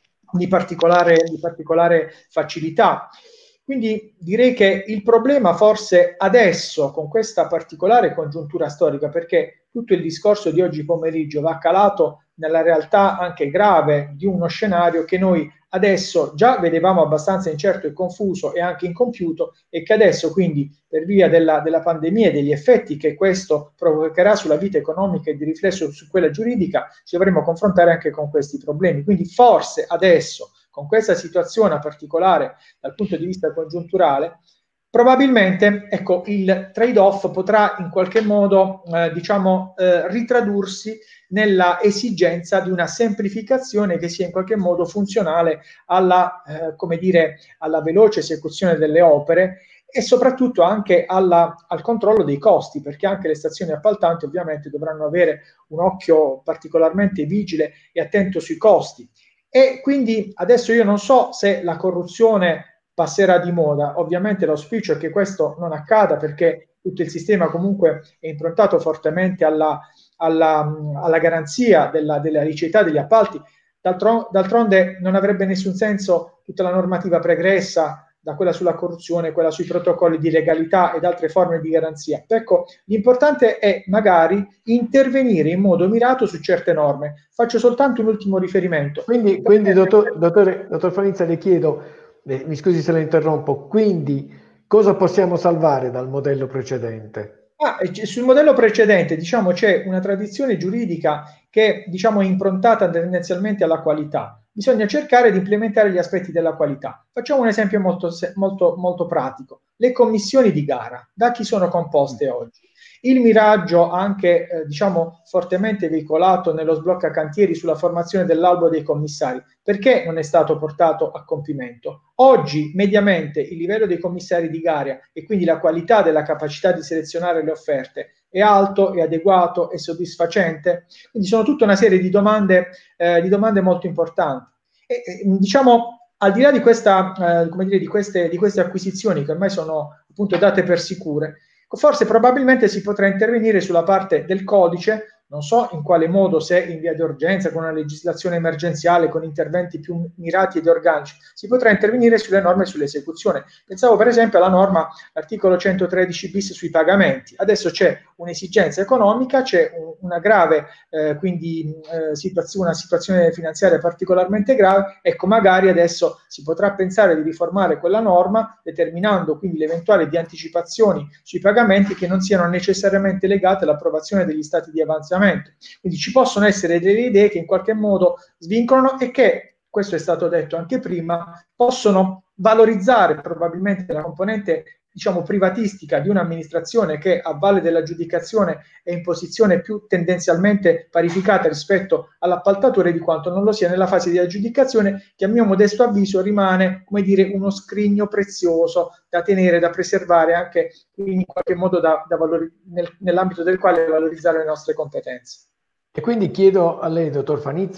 di particolare, di particolare facilità. Quindi direi che il problema forse adesso, con questa particolare congiuntura storica, perché tutto il discorso di oggi pomeriggio va calato nella realtà anche grave di uno scenario che noi adesso già vedevamo abbastanza incerto e confuso e anche incompiuto e che adesso quindi per via della, della pandemia e degli effetti che questo provocherà sulla vita economica e di riflesso su quella giuridica ci dovremo confrontare anche con questi problemi. Quindi forse adesso con questa situazione particolare dal punto di vista congiunturale, probabilmente ecco, il trade-off potrà in qualche modo eh, diciamo, eh, ritradursi nella esigenza di una semplificazione che sia in qualche modo funzionale alla, eh, come dire, alla veloce esecuzione delle opere e soprattutto anche alla, al controllo dei costi, perché anche le stazioni appaltanti ovviamente dovranno avere un occhio particolarmente vigile e attento sui costi. E quindi adesso io non so se la corruzione passerà di moda, ovviamente l'auspicio è che questo non accada perché tutto il sistema comunque è improntato fortemente alla, alla, alla garanzia della, della liceità degli appalti, D'altro, d'altronde non avrebbe nessun senso tutta la normativa pregressa da quella sulla corruzione, quella sui protocolli di legalità ed altre forme di garanzia. Ecco, l'importante è magari intervenire in modo mirato su certe norme. Faccio soltanto un ultimo riferimento. Quindi, quindi dottor, dottore, dottor Fanizza, le chiedo, eh, mi scusi se la interrompo, quindi cosa possiamo salvare dal modello precedente? Ah, sul modello precedente, diciamo, c'è una tradizione giuridica che, diciamo, è improntata tendenzialmente alla qualità. Bisogna cercare di implementare gli aspetti della qualità. Facciamo un esempio molto, molto, molto pratico. Le commissioni di gara, da chi sono composte oggi? Il miraggio anche, eh, diciamo, fortemente veicolato nello sblocca cantieri sulla formazione dell'albo dei commissari. Perché non è stato portato a compimento? Oggi, mediamente, il livello dei commissari di gara e quindi la qualità della capacità di selezionare le offerte è alto, è adeguato, è soddisfacente? Quindi sono tutta una serie di domande, eh, di domande molto importanti. E, e, diciamo, al di là di, questa, eh, come dire, di, queste, di queste acquisizioni che ormai sono appunto date per sicure, forse probabilmente si potrà intervenire sulla parte del codice, non so in quale modo, se in via di urgenza, con una legislazione emergenziale, con interventi più mirati ed organici, si potrà intervenire sulle norme sull'esecuzione. Pensavo per esempio alla norma, l'articolo centotredici bis sui pagamenti. Adesso c'è un'esigenza economica, c'è un, una grave eh, quindi eh, situazione, una situazione finanziaria particolarmente grave, ecco magari adesso si potrà pensare di riformare quella norma, determinando quindi l'eventuale di anticipazioni sui pagamenti che non siano necessariamente legate all'approvazione degli stati di avanzamento. Quindi ci possono essere delle idee che in qualche modo svincolano e che, questo è stato detto anche prima, possono valorizzare probabilmente la componente, diciamo, privatistica di un'amministrazione che a valle dell'aggiudicazione è in posizione più tendenzialmente parificata rispetto all'appaltatore di quanto non lo sia nella fase di aggiudicazione, che a mio modesto avviso rimane, come dire, uno scrigno prezioso da tenere, da preservare anche in qualche modo da, da valori, nel, nell'ambito del quale valorizzare le nostre competenze. E quindi chiedo a lei, dottor Fanizza,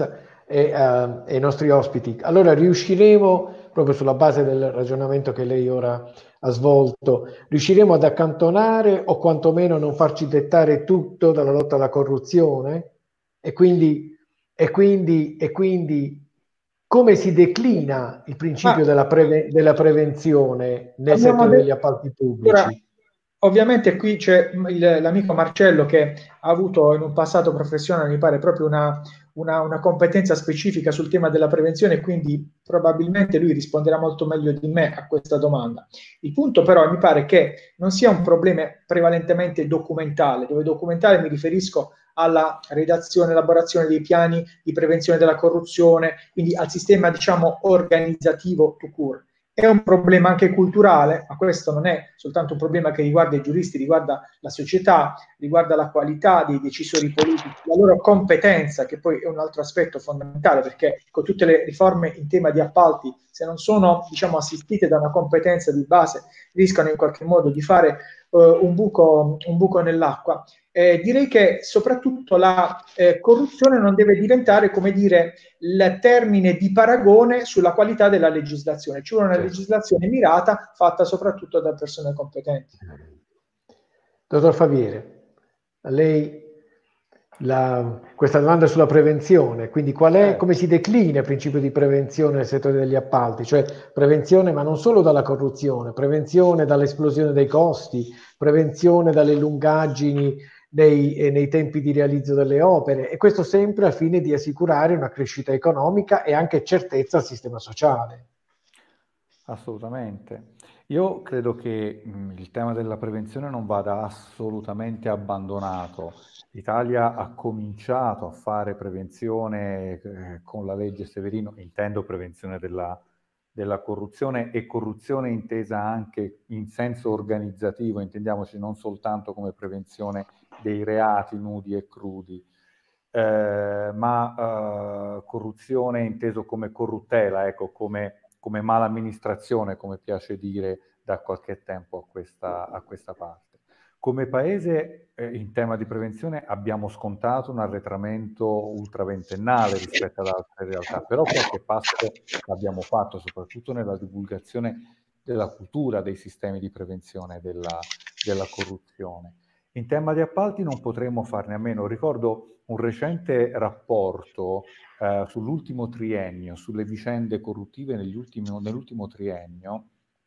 e, uh, e ai nostri ospiti. Allora riusciremo, proprio sulla base del ragionamento che lei ora ha svolto, riusciremo ad accantonare o quantomeno non farci dettare tutto dalla lotta alla corruzione? E quindi, e quindi, e quindi come si declina il principio della, preve- della prevenzione nel settore degli appalti pubblici? Ora, ovviamente qui c'è il, l'amico Marcello che ha avuto in un passato professionale, mi pare, proprio una, una, una competenza specifica sul tema della prevenzione, quindi probabilmente lui risponderà molto meglio di me a questa domanda. Il punto però mi pare che non sia un problema prevalentemente documentale, dove documentale mi riferisco alla redazione, elaborazione dei piani di prevenzione della corruzione, quindi al sistema, diciamo, organizzativo tout court. È un problema anche culturale, ma questo non è soltanto un problema che riguarda i giuristi, riguarda la società, riguarda la qualità dei decisori politici, la loro competenza, che poi è un altro aspetto fondamentale, perché con tutte le riforme in tema di appalti, se non sono, diciamo, assistite da una competenza di base, rischiano in qualche modo di fare uh, un buco, un buco nell'acqua. Eh, direi che soprattutto la eh, corruzione non deve diventare, come dire, il termine di paragone sulla qualità della legislazione. Ci vuole una certo. legislazione mirata, fatta soprattutto da persone competenti. Dottor Faviere, a lei la, questa domanda sulla prevenzione, quindi qual è, come si declina il principio di prevenzione nel settore degli appalti? Cioè prevenzione ma non solo dalla corruzione, prevenzione dall'esplosione dei costi, prevenzione dalle lungaggini nei, eh, nei tempi di realizzo delle opere, e questo sempre al fine di assicurare una crescita economica e anche certezza al sistema sociale. Assolutamente. Io credo che mh, il tema della prevenzione non vada assolutamente abbandonato. L'Italia ha cominciato a fare prevenzione eh, con la legge Severino, intendo prevenzione della, della corruzione, e corruzione intesa anche in senso organizzativo, intendiamoci non soltanto come prevenzione dei reati nudi e crudi, eh, ma eh, corruzione inteso come corruttela, ecco, come come mala amministrazione, come piace dire da qualche tempo a questa, a questa parte. Come Paese, eh, in tema di prevenzione, abbiamo scontato un arretramento ultraventennale rispetto ad altre realtà, però qualche passo l'abbiamo fatto, soprattutto nella divulgazione della cultura dei sistemi di prevenzione della, della corruzione. In tema di appalti non potremmo farne a meno. Ricordo un recente rapporto Uh, sull'ultimo triennio, sulle vicende corruttive nell'ultimo triennio,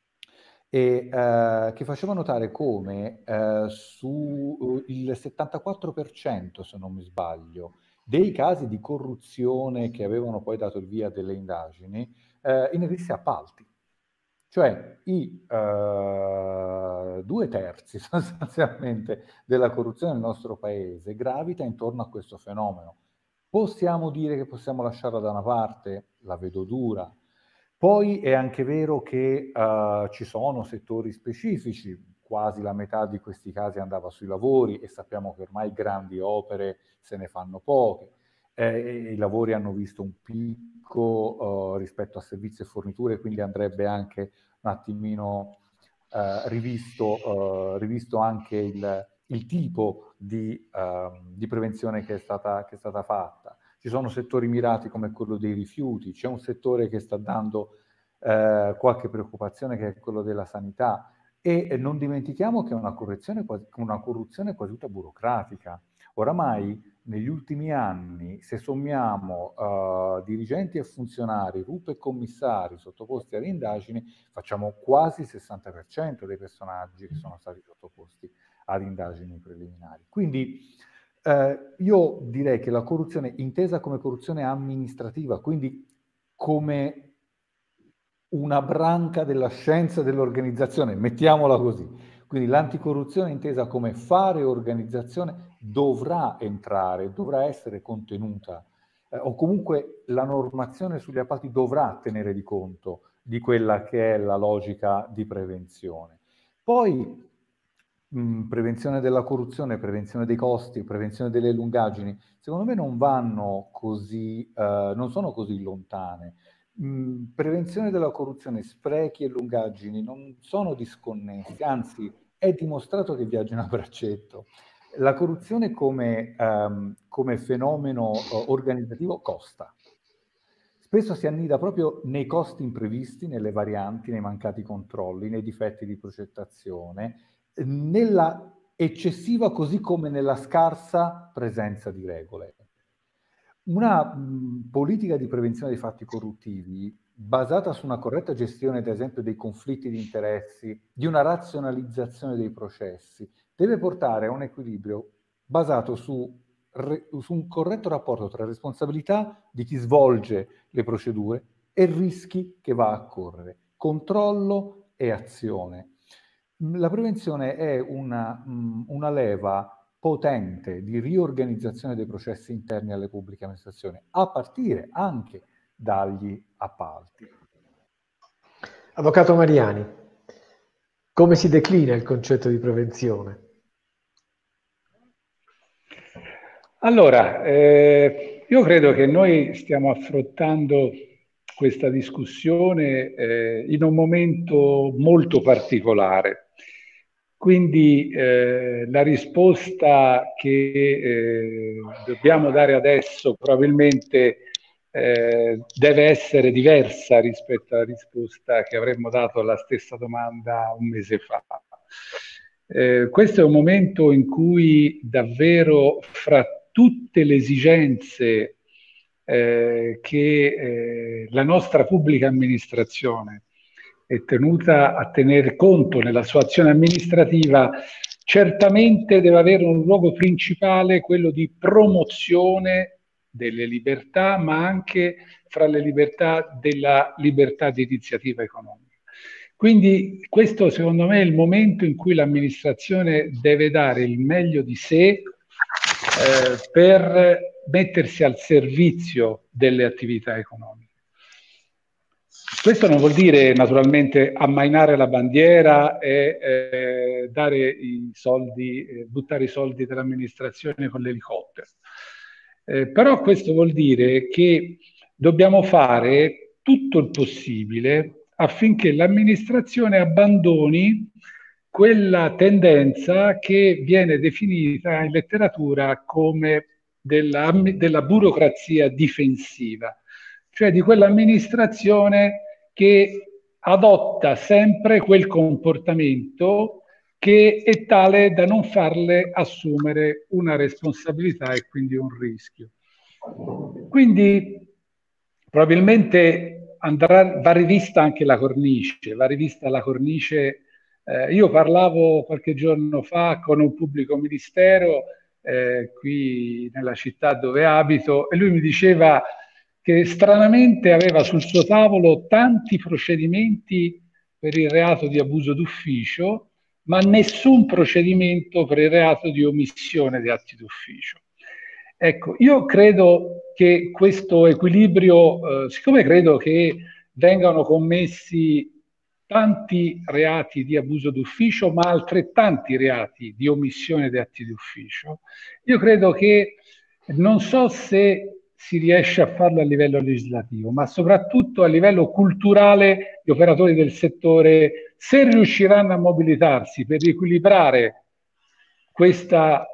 e uh, che faceva notare come uh, su uh, il settantaquattro per cento, se non mi sbaglio, dei casi di corruzione che avevano poi dato il via delle indagini, uh, inerisse appalti. Cioè i uh, due terzi sostanzialmente della corruzione nel nostro paese gravita intorno a questo fenomeno. Possiamo dire che possiamo lasciarla da una parte? La vedo dura. Poi è anche vero che uh, ci sono settori specifici, quasi la metà di questi casi andava sui lavori, e sappiamo che ormai grandi opere se ne fanno poche. Eh, I lavori hanno visto un picco uh, rispetto a servizi e forniture, quindi andrebbe anche un attimino uh, rivisto, uh, rivisto anche il, il tipo di, uh, di prevenzione che è stata, che è stata fatta. Ci sono settori mirati come quello dei rifiuti, c'è un settore che sta dando uh, qualche preoccupazione, che è quello della sanità, e non dimentichiamo che è una corruzione, una corruzione quasi tutta burocratica. Oramai negli ultimi anni, se sommiamo uh, dirigenti e funzionari, R U P e commissari sottoposti alle indagini, facciamo quasi il sessanta per cento dei personaggi che sono stati sottoposti ad indagini preliminari. Quindi eh, io direi che la corruzione, intesa come corruzione amministrativa, quindi come una branca della scienza dell'organizzazione, mettiamola così, quindi l'anticorruzione intesa come fare organizzazione, dovrà entrare, dovrà essere contenuta, eh, o comunque la normazione sugli appalti dovrà tenere di conto di quella che è la logica di prevenzione. Poi mh, prevenzione della corruzione, prevenzione dei costi, prevenzione delle lungaggini, secondo me non vanno così, eh, non sono così lontane. Mh, prevenzione della corruzione, sprechi e lungaggini non sono disconnessi, anzi è dimostrato che viaggiano a braccetto. La corruzione come, um, come fenomeno uh, organizzativo costa, spesso si annida proprio nei costi imprevisti, nelle varianti, nei mancati controlli, nei difetti di progettazione, nella eccessiva così come nella scarsa presenza di regole. Una mh, politica di prevenzione dei fatti corruttivi basata su una corretta gestione, ad esempio, dei conflitti di interessi, di una razionalizzazione dei processi, deve portare a un equilibrio basato su, re, su un corretto rapporto tra responsabilità di chi svolge le procedure e rischi che va a correre, controllo e azione. La prevenzione è una, mh, una leva potente di riorganizzazione dei processi interni alle pubbliche amministrazioni, a partire anche dagli appalti. Avvocato Mariani, come si declina il concetto di prevenzione? Allora, eh, io credo che noi stiamo affrontando questa discussione eh, in un momento molto particolare. Quindi eh, la risposta che eh, dobbiamo dare adesso probabilmente eh, deve essere diversa rispetto alla risposta che avremmo dato alla stessa domanda un mese fa. Eh, questo è un momento in cui davvero fra tutte le esigenze eh, che eh, la nostra pubblica amministrazione è tenuta a tener conto nella sua azione amministrativa, certamente deve avere un luogo principale quello di promozione delle libertà, ma anche fra le libertà della libertà di iniziativa economica. Quindi questo secondo me è il momento in cui l'amministrazione deve dare il meglio di sé eh, per mettersi al servizio delle attività economiche. Questo non vuol dire naturalmente ammainare la bandiera e eh, dare i soldi, eh, buttare i soldi dell'amministrazione con l'elicottero. Eh, però questo vuol dire che dobbiamo fare tutto il possibile affinché l'amministrazione abbandoni quella tendenza che viene definita in letteratura come della, della burocrazia difensiva, cioè di quell'amministrazione che adotta sempre quel comportamento che è tale da non farle assumere una responsabilità e quindi un rischio. Quindi probabilmente andrà, va rivista anche la cornice, va rivista la cornice. Eh, io parlavo qualche giorno fa con un pubblico ministero eh, qui nella città dove abito e lui mi diceva che stranamente aveva sul suo tavolo tanti procedimenti per il reato di abuso d'ufficio, ma nessun procedimento per il reato di omissione di atti d'ufficio. Ecco, io credo che questo equilibrio, eh, siccome credo che vengano commessi tanti reati di abuso d'ufficio, ma altrettanti reati di omissione di atti d'ufficio, io credo che non so se si riesce a farlo a livello legislativo, ma soprattutto a livello culturale gli operatori del settore, se riusciranno a mobilitarsi per riequilibrare questa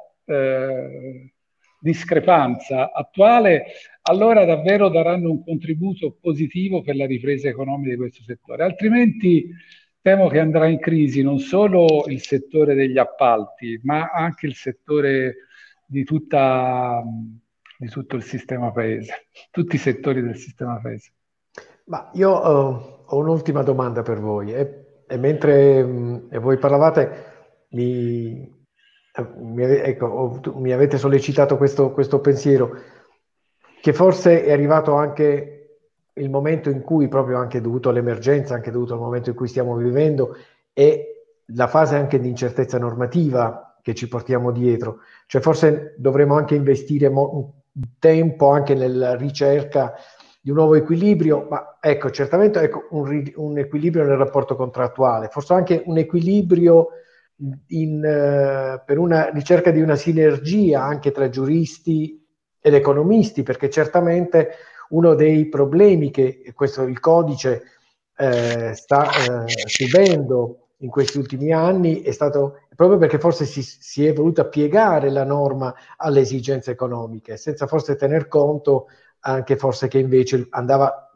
eh, discrepanza attuale, allora davvero daranno un contributo positivo per la ripresa economica di questo settore. Altrimenti temo che andrà in crisi non solo il settore degli appalti, ma anche il settore di tutta... di tutto il sistema paese, tutti i settori del sistema paese. Ma io uh, ho un'ultima domanda per voi e, e mentre mh, e voi parlavate mi, mi, ecco, ho, mi avete sollecitato questo, questo pensiero che forse è arrivato anche il momento in cui, proprio anche dovuto all'emergenza, anche dovuto al momento in cui stiamo vivendo, e la fase anche di incertezza normativa che ci portiamo dietro, cioè forse dovremmo anche investire mo- tempo anche nella ricerca di un nuovo equilibrio, ma ecco, certamente ecco, un, un equilibrio nel rapporto contrattuale, forse anche un equilibrio in, eh, per una ricerca di una sinergia anche tra giuristi ed economisti, perché certamente uno dei problemi che questo il codice eh, sta eh, subendo in questi ultimi anni è stato proprio perché forse si, si è voluta piegare la norma alle esigenze economiche, senza forse tener conto anche forse che invece andava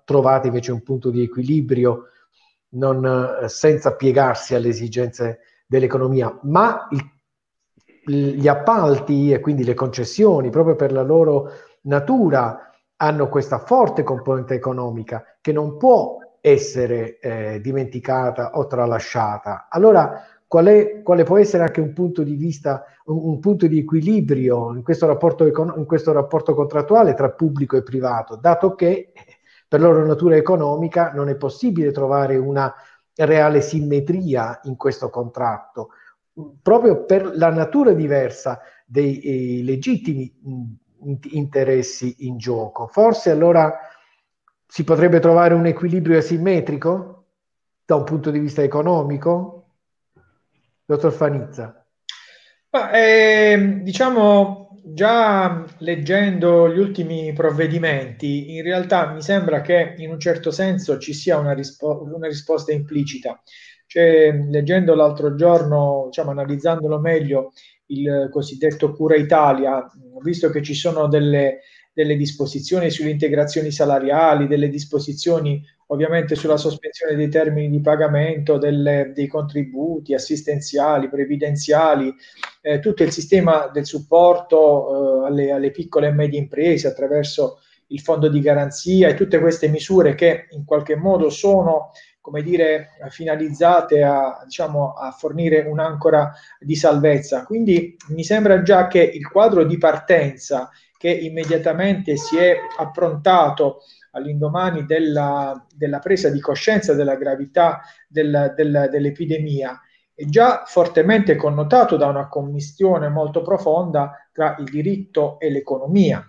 trovate invece un punto di equilibrio non, eh, senza piegarsi alle esigenze dell'economia, ma il, gli appalti e quindi le concessioni, proprio per la loro natura, hanno questa forte componente economica che non può essere eh, dimenticata o tralasciata. Allora, qual è, quale può essere anche un punto di vista, un, un punto di equilibrio in questo rapporto, in questo rapporto contrattuale tra pubblico e privato, dato che per loro natura economica non è possibile trovare una reale simmetria in questo contratto, proprio per la natura diversa dei eh, legittimi mh, interessi in gioco. Forse allora si potrebbe trovare un equilibrio asimmetrico da un punto di vista economico? Dottor Fanizza. Ma, eh, diciamo, già leggendo gli ultimi provvedimenti, in realtà mi sembra che in un certo senso ci sia una, rispo- una risposta implicita. Cioè, leggendo l'altro giorno, diciamo, analizzandolo meglio, il cosiddetto Cura Italia, ho visto che ci sono delle, delle disposizioni sulle integrazioni salariali, delle disposizioni ovviamente sulla sospensione dei termini di pagamento delle, dei contributi assistenziali, previdenziali, eh, tutto il sistema del supporto eh, alle, alle piccole e medie imprese attraverso il fondo di garanzia e tutte queste misure che in qualche modo sono, come dire, finalizzate a, diciamo, a fornire un'ancora di salvezza. Quindi mi sembra già che il quadro di partenza che immediatamente si è approntato all'indomani della, della presa di coscienza della gravità del, del, dell'epidemia è già fortemente connotato da una commistione molto profonda tra il diritto e l'economia.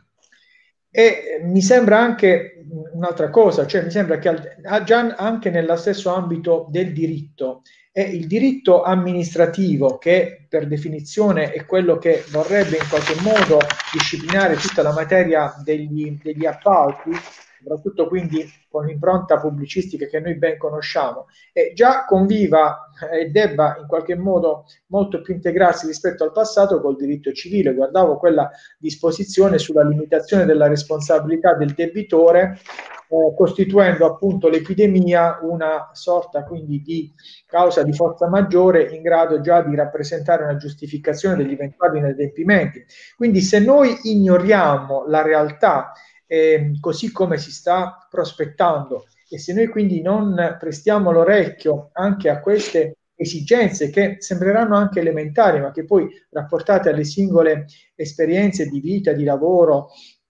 E mi sembra anche un'altra cosa, cioè mi sembra che già anche nello stesso ambito del diritto è il diritto amministrativo che per definizione è quello che vorrebbe in qualche modo disciplinare tutta la materia degli, degli appalti, soprattutto quindi con l'impronta pubblicistica che noi ben conosciamo, e già conviva e debba in qualche modo molto più integrarsi rispetto al passato col diritto civile. Guardavo quella disposizione sulla limitazione della responsabilità del debitore, eh, costituendo appunto l'epidemia una sorta quindi di causa di forza maggiore in grado già di rappresentare una giustificazione degli eventuali inadempimenti. Quindi se noi ignoriamo la realtà eh, così come si sta prospettando e se noi quindi non prestiamo l'orecchio anche a queste esigenze che sembreranno anche elementari ma che poi rapportate alle singole esperienze di vita, di lavoro,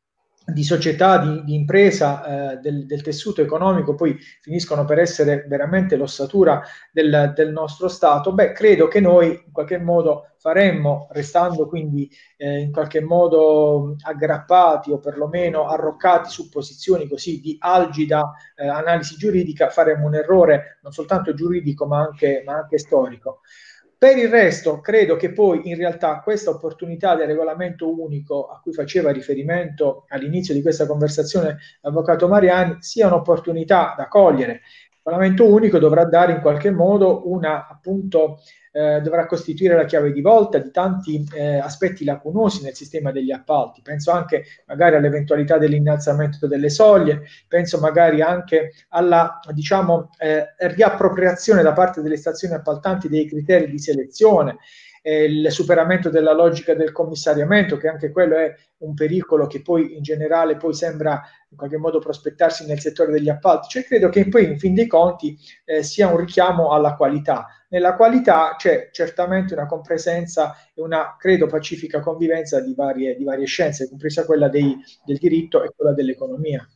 di società, di, di impresa, eh, del, del tessuto economico, poi finiscono per essere veramente l'ossatura del, del nostro Stato, beh, credo che noi in qualche modo faremmo, restando quindi eh, in qualche modo aggrappati o perlomeno arroccati su posizioni così di algida eh, analisi giuridica, faremmo un errore non soltanto giuridico ma anche, ma anche storico. Per il resto, credo che poi in realtà questa opportunità del regolamento unico a cui faceva riferimento all'inizio di questa conversazione l'avvocato Mariani sia un'opportunità da cogliere. Il regolamento unico dovrà dare in qualche modo una, appunto, eh, dovrà costituire la chiave di volta di tanti eh, aspetti lacunosi nel sistema degli appalti. Penso anche magari all'eventualità dell'innalzamento delle soglie, penso magari anche alla, diciamo, eh, riappropriazione da parte delle stazioni appaltanti dei criteri di selezione, eh, il superamento della logica del commissariamento, che anche quello è un pericolo che poi in generale poi sembra in qualche modo prospettarsi nel settore degli appalti. Cioè credo che poi in fin dei conti eh, sia un richiamo alla qualità. Nella qualità c'è certamente una compresenza e una, credo, pacifica convivenza di varie, di varie scienze, compresa quella dei, del diritto e quella dell'economia.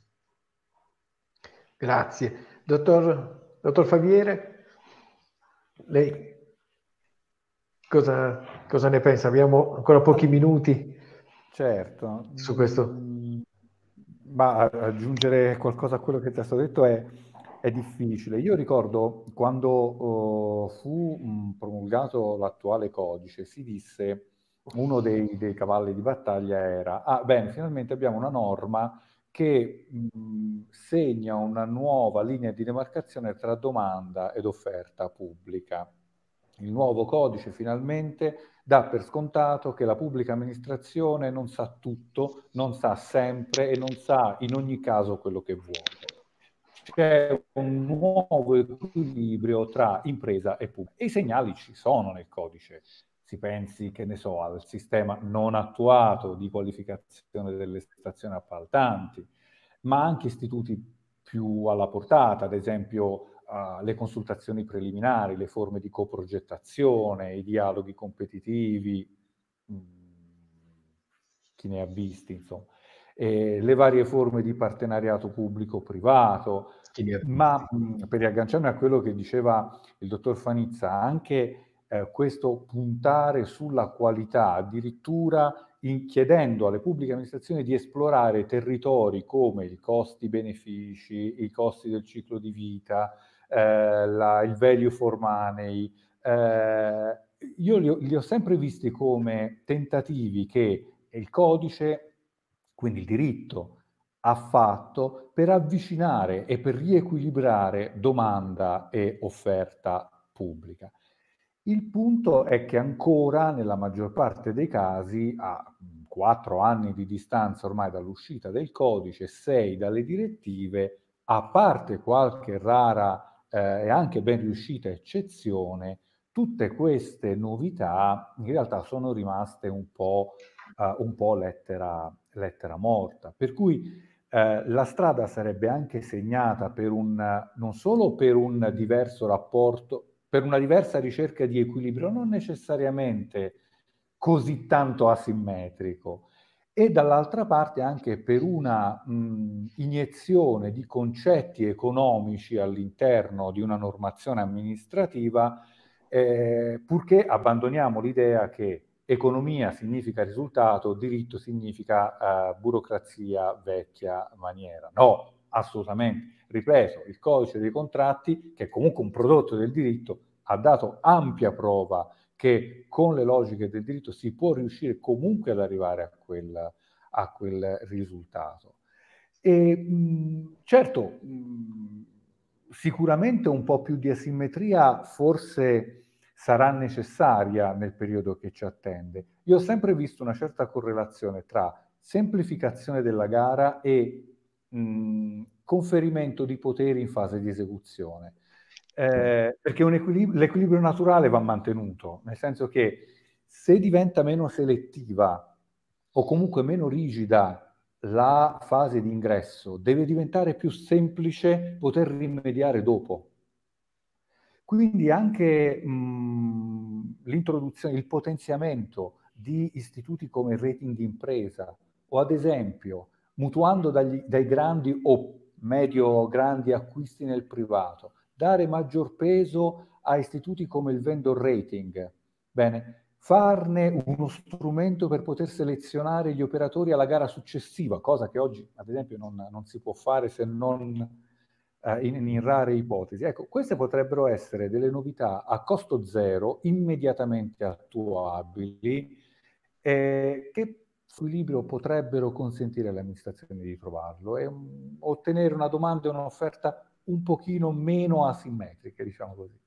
Grazie. Dottor, dottor Faviere, lei cosa, cosa ne pensa? Abbiamo ancora pochi minuti. Certo. Su questo. Ma aggiungere qualcosa a quello che ti è stato detto è, è difficile. Io ricordo quando uh, fu mh, promulgato l'attuale codice, si disse, uno dei, dei cavalli di battaglia era, ah bene, finalmente abbiamo una norma che mh, segna una nuova linea di demarcazione tra domanda ed offerta pubblica. Il nuovo codice finalmente dà per scontato che la pubblica amministrazione non sa tutto, non sa sempre e non sa in ogni caso quello che vuole. c'è un nuovo equilibrio tra impresa e pubblico. E i segnali ci sono nel codice. Si pensi, che ne so, al sistema non attuato di qualificazione delle stazioni appaltanti, ma anche istituti più alla portata, ad esempio uh, le consultazioni preliminari, le forme di coprogettazione, i dialoghi competitivi, mh, chi ne ha visti, insomma, e le varie forme di partenariato pubblico-privato. Ma mh, per riagganciarmi a quello che diceva il dottor Fanizza, anche eh, questo puntare sulla qualità, addirittura in, chiedendo alle pubbliche amministrazioni di esplorare territori come i costi-benefici, i costi del ciclo di vita, eh, la, il value for money. Eh, io li ho, li ho sempre visti come tentativi che il codice, quindi il diritto, ha fatto per avvicinare e per riequilibrare domanda e offerta pubblica. Il punto è che ancora nella maggior parte dei casi, a quattro anni di distanza ormai dall'uscita del codice, sei dalle direttive, a parte qualche rara eh, e anche ben riuscita eccezione, tutte queste novità in realtà sono rimaste un po', uh, un po' lettera, lettera morta. Per cui eh, la strada sarebbe anche segnata per un, non solo per un diverso rapporto, per una diversa ricerca di equilibrio, non necessariamente così tanto asimmetrico, e dall'altra parte anche per una mh, iniezione di concetti economici all'interno di una normazione amministrativa, eh, purché abbandoniamo l'idea che economia significa risultato, diritto significa uh, burocrazia vecchia maniera. No, assolutamente. Ripeto, il codice dei contratti, che è comunque un prodotto del diritto, ha dato ampia prova che con le logiche del diritto si può riuscire comunque ad arrivare a quel, a quel risultato. E mh, certo, mh, sicuramente un po' più di asimmetria forse sarà necessaria nel periodo che ci attende. Io ho sempre visto una certa correlazione tra semplificazione della gara e mh, conferimento di poteri in fase di esecuzione. Eh, perché un equilib- l'equilibrio naturale va mantenuto, nel senso che se diventa meno selettiva o comunque meno rigida la fase di ingresso, deve diventare più semplice poter rimediare dopo. Quindi anche mh, l'introduzione, il potenziamento di istituti come il rating di impresa, o ad esempio mutuando dagli, dai grandi o medio-grandi acquisti nel privato, dare maggior peso a istituti come il vendor rating, bene, farne uno strumento per poter selezionare gli operatori alla gara successiva, cosa che oggi ad esempio non, non si può fare se non eh, in, in rare ipotesi. Ecco, queste potrebbero essere delle novità a costo zero, immediatamente attuabili, eh, che equilibrio potrebbero consentire alle amministrazioni di trovarlo e um, ottenere una domanda e un'offerta un pochino meno asimmetriche, diciamo così.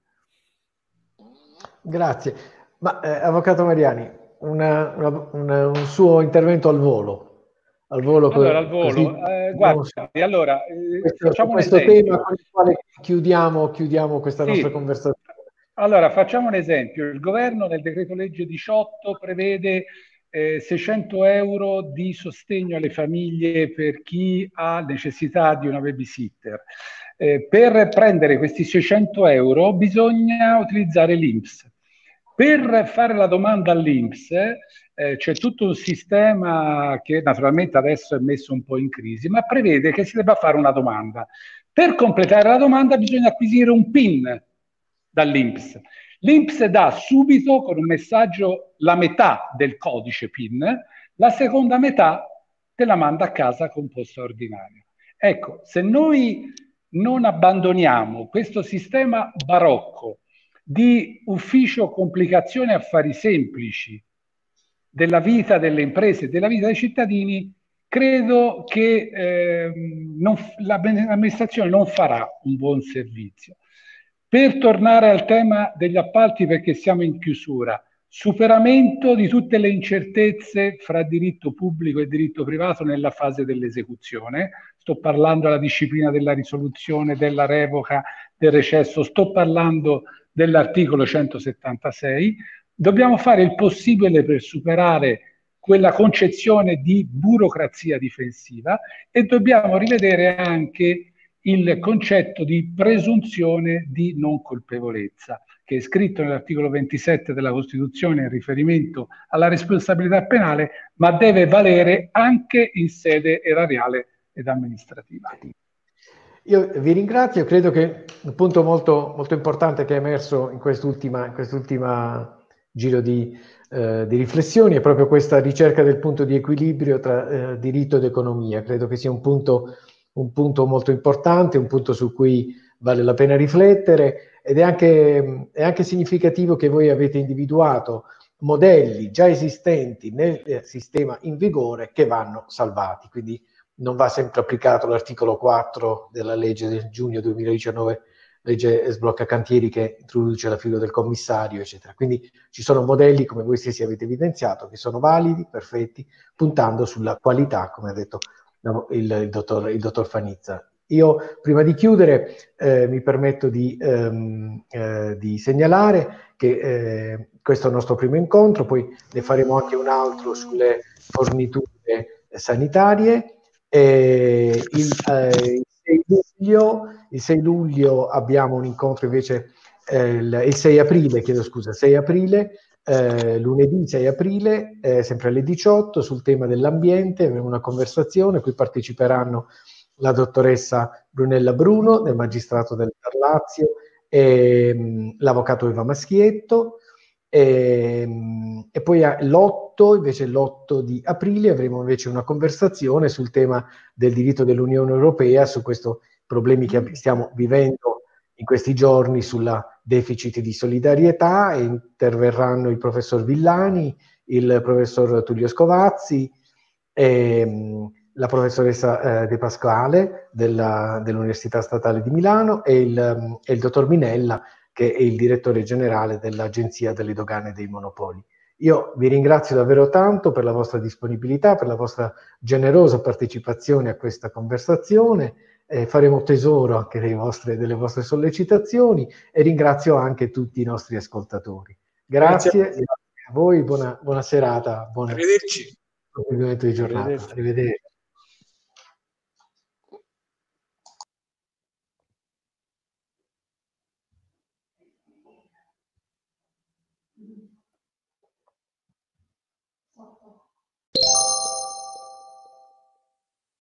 Grazie. Ma eh, Avvocato Mariani, una, una, una, un suo intervento al volo. Al volo, allora, al volo. Così, eh, guardi, allora, eh, questo, facciamo questo un esempio. tema con il quale chiudiamo, chiudiamo questa sì. nostra conversazione. Allora, facciamo un esempio. Il governo nel decreto legge diciotto prevede eh, seicento euro di sostegno alle famiglie per chi ha necessità di una babysitter. Eh, per prendere questi seicento euro bisogna utilizzare l'I N P S. Per fare la domanda all'I N P S eh, c'è tutto un sistema che naturalmente adesso è messo un po' in crisi, ma prevede che si debba fare una domanda. Per completare la domanda bisogna acquisire un PIN dall'I N P S. L'I N P S dà subito con un messaggio la metà del codice PIN, la seconda metà te la manda a casa con posta ordinaria. Ecco, se noi non abbandoniamo questo sistema barocco di ufficio complicazioni affari semplici della vita delle imprese, della vita dei cittadini, credo che eh, non, l'amministrazione non farà un buon servizio. Per tornare al tema degli appalti, perché siamo in chiusura, superamento di tutte le incertezze fra diritto pubblico e diritto privato nella fase dell'esecuzione, sto parlando della disciplina della risoluzione, della revoca, del recesso, sto parlando dell'articolo centosettantasei. Dobbiamo fare il possibile per superare quella concezione di burocrazia difensiva e dobbiamo rivedere anche il concetto di presunzione di non colpevolezza, che è scritto nell'articolo ventisette della Costituzione in riferimento alla responsabilità penale, ma deve valere anche in sede erariale ed amministrativa. Io vi ringrazio, credo che un punto molto, molto importante che è emerso in quest'ultima, in quest'ultima giro di, eh, di riflessioni è proprio questa ricerca del punto di equilibrio tra eh, diritto ed economia. Credo che sia un punto, un punto molto importante, un punto su cui vale la pena riflettere, ed è anche, è anche significativo che voi avete individuato modelli già esistenti nel sistema in vigore che vanno salvati. Quindi non va sempre applicato l'articolo quattro della legge del giugno duemiladiciannove, legge sblocca cantieri, che introduce la figura del commissario, eccetera. Quindi ci sono modelli, come voi stessi avete evidenziato, che sono validi, perfetti, puntando sulla qualità, come ha detto il, il, dottor, il dottor Fanizza. Io, prima di chiudere, eh, mi permetto di, ehm, eh, di segnalare che eh, questo è il nostro primo incontro, poi ne faremo anche un altro sulle forniture sanitarie. Eh, il, eh, il, sei luglio, il sei luglio abbiamo un incontro invece, eh, il, il sei aprile, chiedo scusa, sei aprile, eh, lunedì sei aprile, eh, sempre alle diciotto, sul tema dell'ambiente, avremo una conversazione, qui parteciperanno la dottoressa Brunella Bruno, del magistrato del Lazio, e mh, l'avvocato Eva Maschietto. E, e poi l'otto, invece l'otto di aprile, avremo invece una conversazione sul tema del diritto dell'Unione Europea, su questi problemi che stiamo vivendo in questi giorni sulla deficit di solidarietà, e interverranno il professor Villani, il professor Tullio Scovazzi, e, la professoressa eh, De Pasquale della, dell'Università Statale di Milano, e il, e il dottor Minella, che è il direttore generale dell'Agenzia delle Dogane e dei Monopoli. Io vi ringrazio davvero tanto per la vostra disponibilità, per la vostra generosa partecipazione a questa conversazione, eh, faremo tesoro anche dei vostre, delle vostre sollecitazioni, e ringrazio anche tutti i nostri ascoltatori. Grazie, grazie, grazie a voi, buona, buona serata, buon proseguimento di giornata. Arrivederci. Arrivederci.